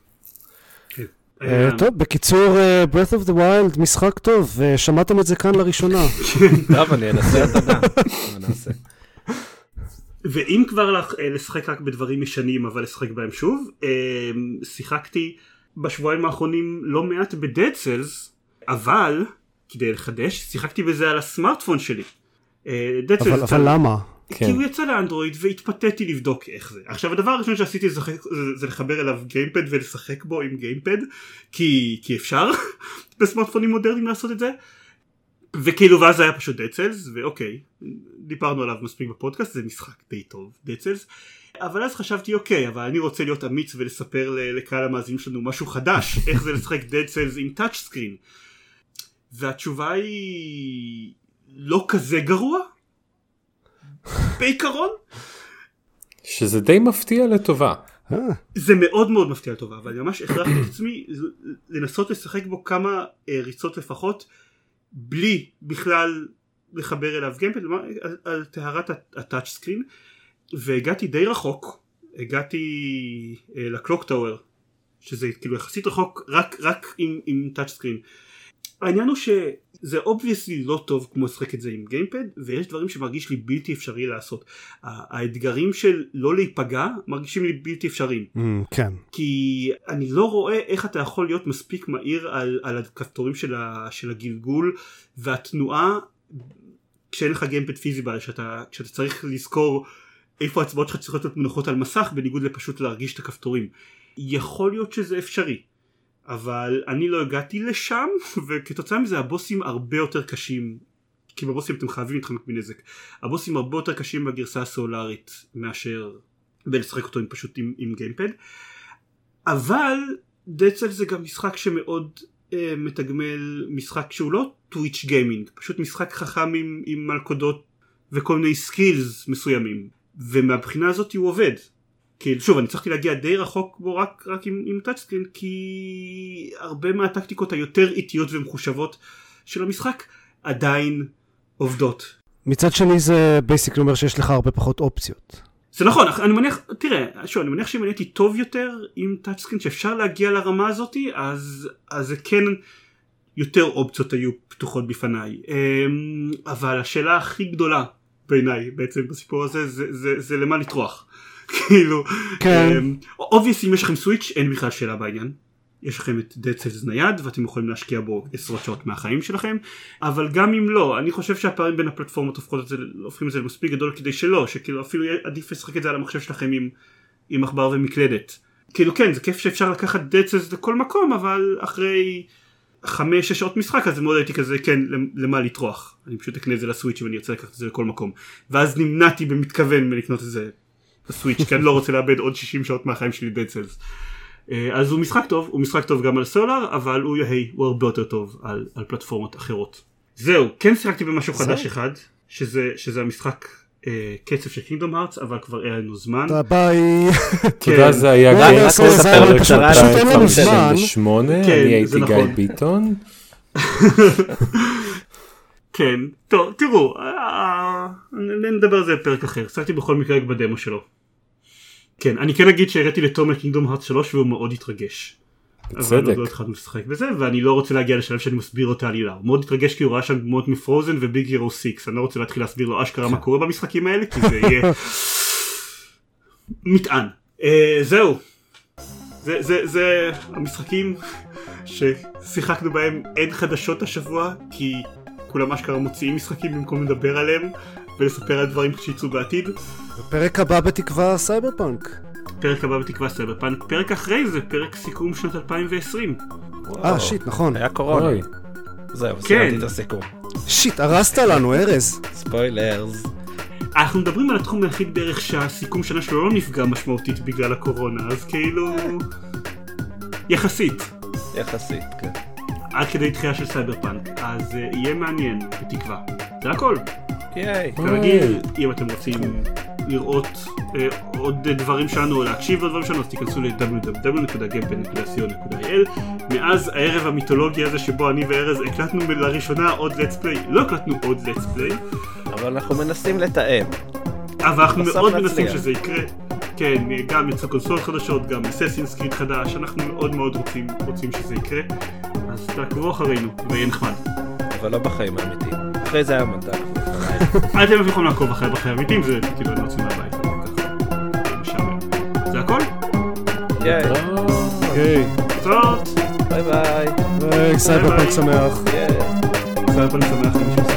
טוב, בקיצור, Breath of the Wild, משחק טוב, שמעתם את זה כאן לראשונה. טוב, אני אנסה את הבא. ואם כבר לשחק רק בדברים ישנים אבל לשחק בהם שוב, שיחקתי בשבועיים האחרונים לא מעט בדד סלס, אבל כדי לחדש שיחקתי בזה על הסמארטפון שלי. אבל, אבל למה? כי הוא יצא לאנדרואיד והתפתיתי לבדוק איך זה. עכשיו הדבר הראשון שעשיתי זה, זה לחבר אליו גיימפד ולשחק בו עם גיימפד, כי, כי אפשר בסמארטפונים מודרניים לעשות את זה. וכאילו ואז זה היה פשוט Dead Cells, ואוקיי, דיברנו עליו מספיק בפודקאסט, זה משחק די טוב, Dead Cells. אבל אז חשבתי אוקיי, אבל אני רוצה להיות אמיץ ולספר לקהל המאזינים שלנו משהו חדש, איך זה לשחק Dead Cells עם טאצ' סקרין. והתשובה היא לא כזה גרוע, בעיקרון. שזה די מפתיע לטובה. זה מאוד מאוד מפתיע לטובה, אבל ממש הכרחתי את עצמי לנסות לשחק בו כמה ריצות לפחות, בלי בכלל לחבר אליו גיימפד, על, על טהרת הטאצ' סקרין, והגעתי די רחוק, הגעתי אה, לקלוק טאוור, שזה כאילו יחסית רחוק רק, רק עם, עם טאצ' סקרין. העניין הוא שזה obviously לא טוב כמו לשחק את זה עם גיימפד, ויש דברים שמרגיש לי בלתי אפשרי לעשות. האתגרים של לא להיפגע מרגישים לי בלתי אפשריים. Mm, כן. כי אני לא רואה איך אתה יכול להיות מספיק מהיר על, על הכפתורים של, ה, של הגלגול, והתנועה, כשאין לך גיימפד פיזי בה, שאתה, כשאתה צריך לזכור איפה הצבעות שלך צריכות להיות מנוחות על מסך, בניגוד לפשוט להרגיש את הכפתורים. יכול להיות שזה אפשרי. אבל אני לא הגעתי לשם, וכתוצאה מזה הבוסים הרבה יותר קשים, כי בבוסים אתם חייבים להתחמק מנזק. הבוסים הרבה יותר קשים בגרסה הסולארית מאשר בלשחק אותו עם, פשוט עם, עם גיימפד. אבל Dead Cells זה גם משחק שמאוד אה, מתגמל משחק שהוא לא טוויץ' גיימינג, פשוט משחק חכם עם, עם מלכודות וכל מיני סקילס מסוימים, ומהבחינה הזאת הוא עובד. כי שוב, אני צריכתי להגיע די רחוק בו רק, רק עם, עם טאצ'סקרין, כי הרבה מהטקטיקות היותר איטיות ומחושבות של המשחק עדיין עובדות. מצד שני זה בייסיקלי אומר שיש לך הרבה פחות אופציות. זה נכון, אני מניח, תראה, שוב, אני מניח שאם אני הייתי טוב יותר עם טאצ'סקרין שאפשר להגיע לרמה הזאת, אז, אז זה כן יותר אופציות היו פתוחות בפניי. אבל השאלה הכי גדולה בעיניי בעצם בסיפור הזה, זה, זה, זה למה לטרוח. כאילו, obviously אם יש לכם סוויץ' אין בכלל שאלה בעניין, יש לכם את Dead Cells נייד ואתם יכולים להשקיע בו עשרות שעות מהחיים שלכם, אבל גם אם לא, אני חושב שהפערים בין הפלטפורמות הופכים את זה למספיק גדול כדי שלא, שכאילו אפילו עדיף לשחק את זה על המחשב שלכם עם, עם מחבר ומקלדת. כאילו כן, זה כיף שאפשר לקחת Dead Cells לכל מקום, אבל אחרי חמש שש שעות משחק אז מאוד הייתי כזה, כן, למה לטרוח, אני פשוט אקנה את זה לסוויץ' ואני ארצה לקחת את זה לכל מקום, ואז נמנעתי במתכוון מלקנות את זה הסוויץ', כי אני לא רוצה לאבד עוד שישים שעות מהחיים שלי Dead Cells. אז הוא משחק טוב, הוא משחק טוב גם על סולר, אבל הוא יהי, הוא הרבה יותר טוב על, על פלטפורמות אחרות. זהו, כן שיחקתי במשהו חדש אחד, שזה, שזה המשחק אה, קצב של קינגדום הארטס, אבל כבר אין לנו זמן. ביי. תודה, זה היה גיימפוד פרק מאתיים חמישים ושמונה, אני הייתי גיא ביטון. כן, טוב, תראו, נדבר על זה בפרק אחר, שחקתי בכל מקרה בדמו שלו. כן, אני כן אגיד שהראיתי לתומר קינגדום הארטס שלוש והוא מאוד התרגש. בצדק. אבל לא התחלנו לשחק בזה, ואני לא רוצה להגיע לשלב שאני מסביר אותה עלילה. הוא מאוד התרגש כי הוא ראה שם דמות מפרוזן וביג הירו סיקס, אני לא רוצה להתחיל להסביר לו אשכרה מה קורה במשחקים האלה, כי זה יהיה מטען. זהו. זה המשחקים ששיחקנו בהם, אין חדשות השבוע, כי כולם אשכרה מוציאים משחקים במקום לדבר עליהם ולספר על דברים שיצאו בעתיד. בפרק הבא בתקווה סייבר פאנק. פרק הבא בתקווה סייבר פאנק. פרק אחרי זה פרק סיכום שנת אלפיים ועשרים. אה שיט, נכון. היה קורונה. זהו, סיימתי את הסיכום. שיט, הרסת לנו, ארז. ספוילרס. אנחנו מדברים על התחום היחיד בערך שהסיכום שנה שלו לא נפגע משמעותית בגלל הקורונה, אז כאילו יחסית. יחסית, כן. עד כדי תחייה של סייבר פאנק, אז יהיה מעניין, בתקווה. זה הכל. ייי. כרגיל, אם אתם רוצים לראות עוד דברים שלנו או להקשיב לדברים שלנו, אז תיכנסו ל-דאבליו דאבליו דאבליו נקודה גיימפד נקודה סי או נקודה איי אל. מאז הערב המיתולוגי הזה שבו אני וארז הקלטנו לראשונה עוד let's play, לא הקלטנו עוד let's play, אבל אנחנו מנסים לתאם. אבל אנחנו מאוד מנסים שזה יקרה. כן, גם יצאו קונסולות חדשות, גם Assassin's Creed חדש, אנחנו מאוד מאוד רוצים, רוצים שזה יקרה, אז תעקבו אחרינו ויהיה נחמד. אבל לא בחיים האמיתיים, אחרי זה היה מנדק. אתם יכולים לעקוב אחרי בחיים האמיתיים, זה כאילו אני רוצה מהבית. ייי. ייי. טוב. ביי ביי. סייברפאנק שמח. ייי. סייברפאנק שמח.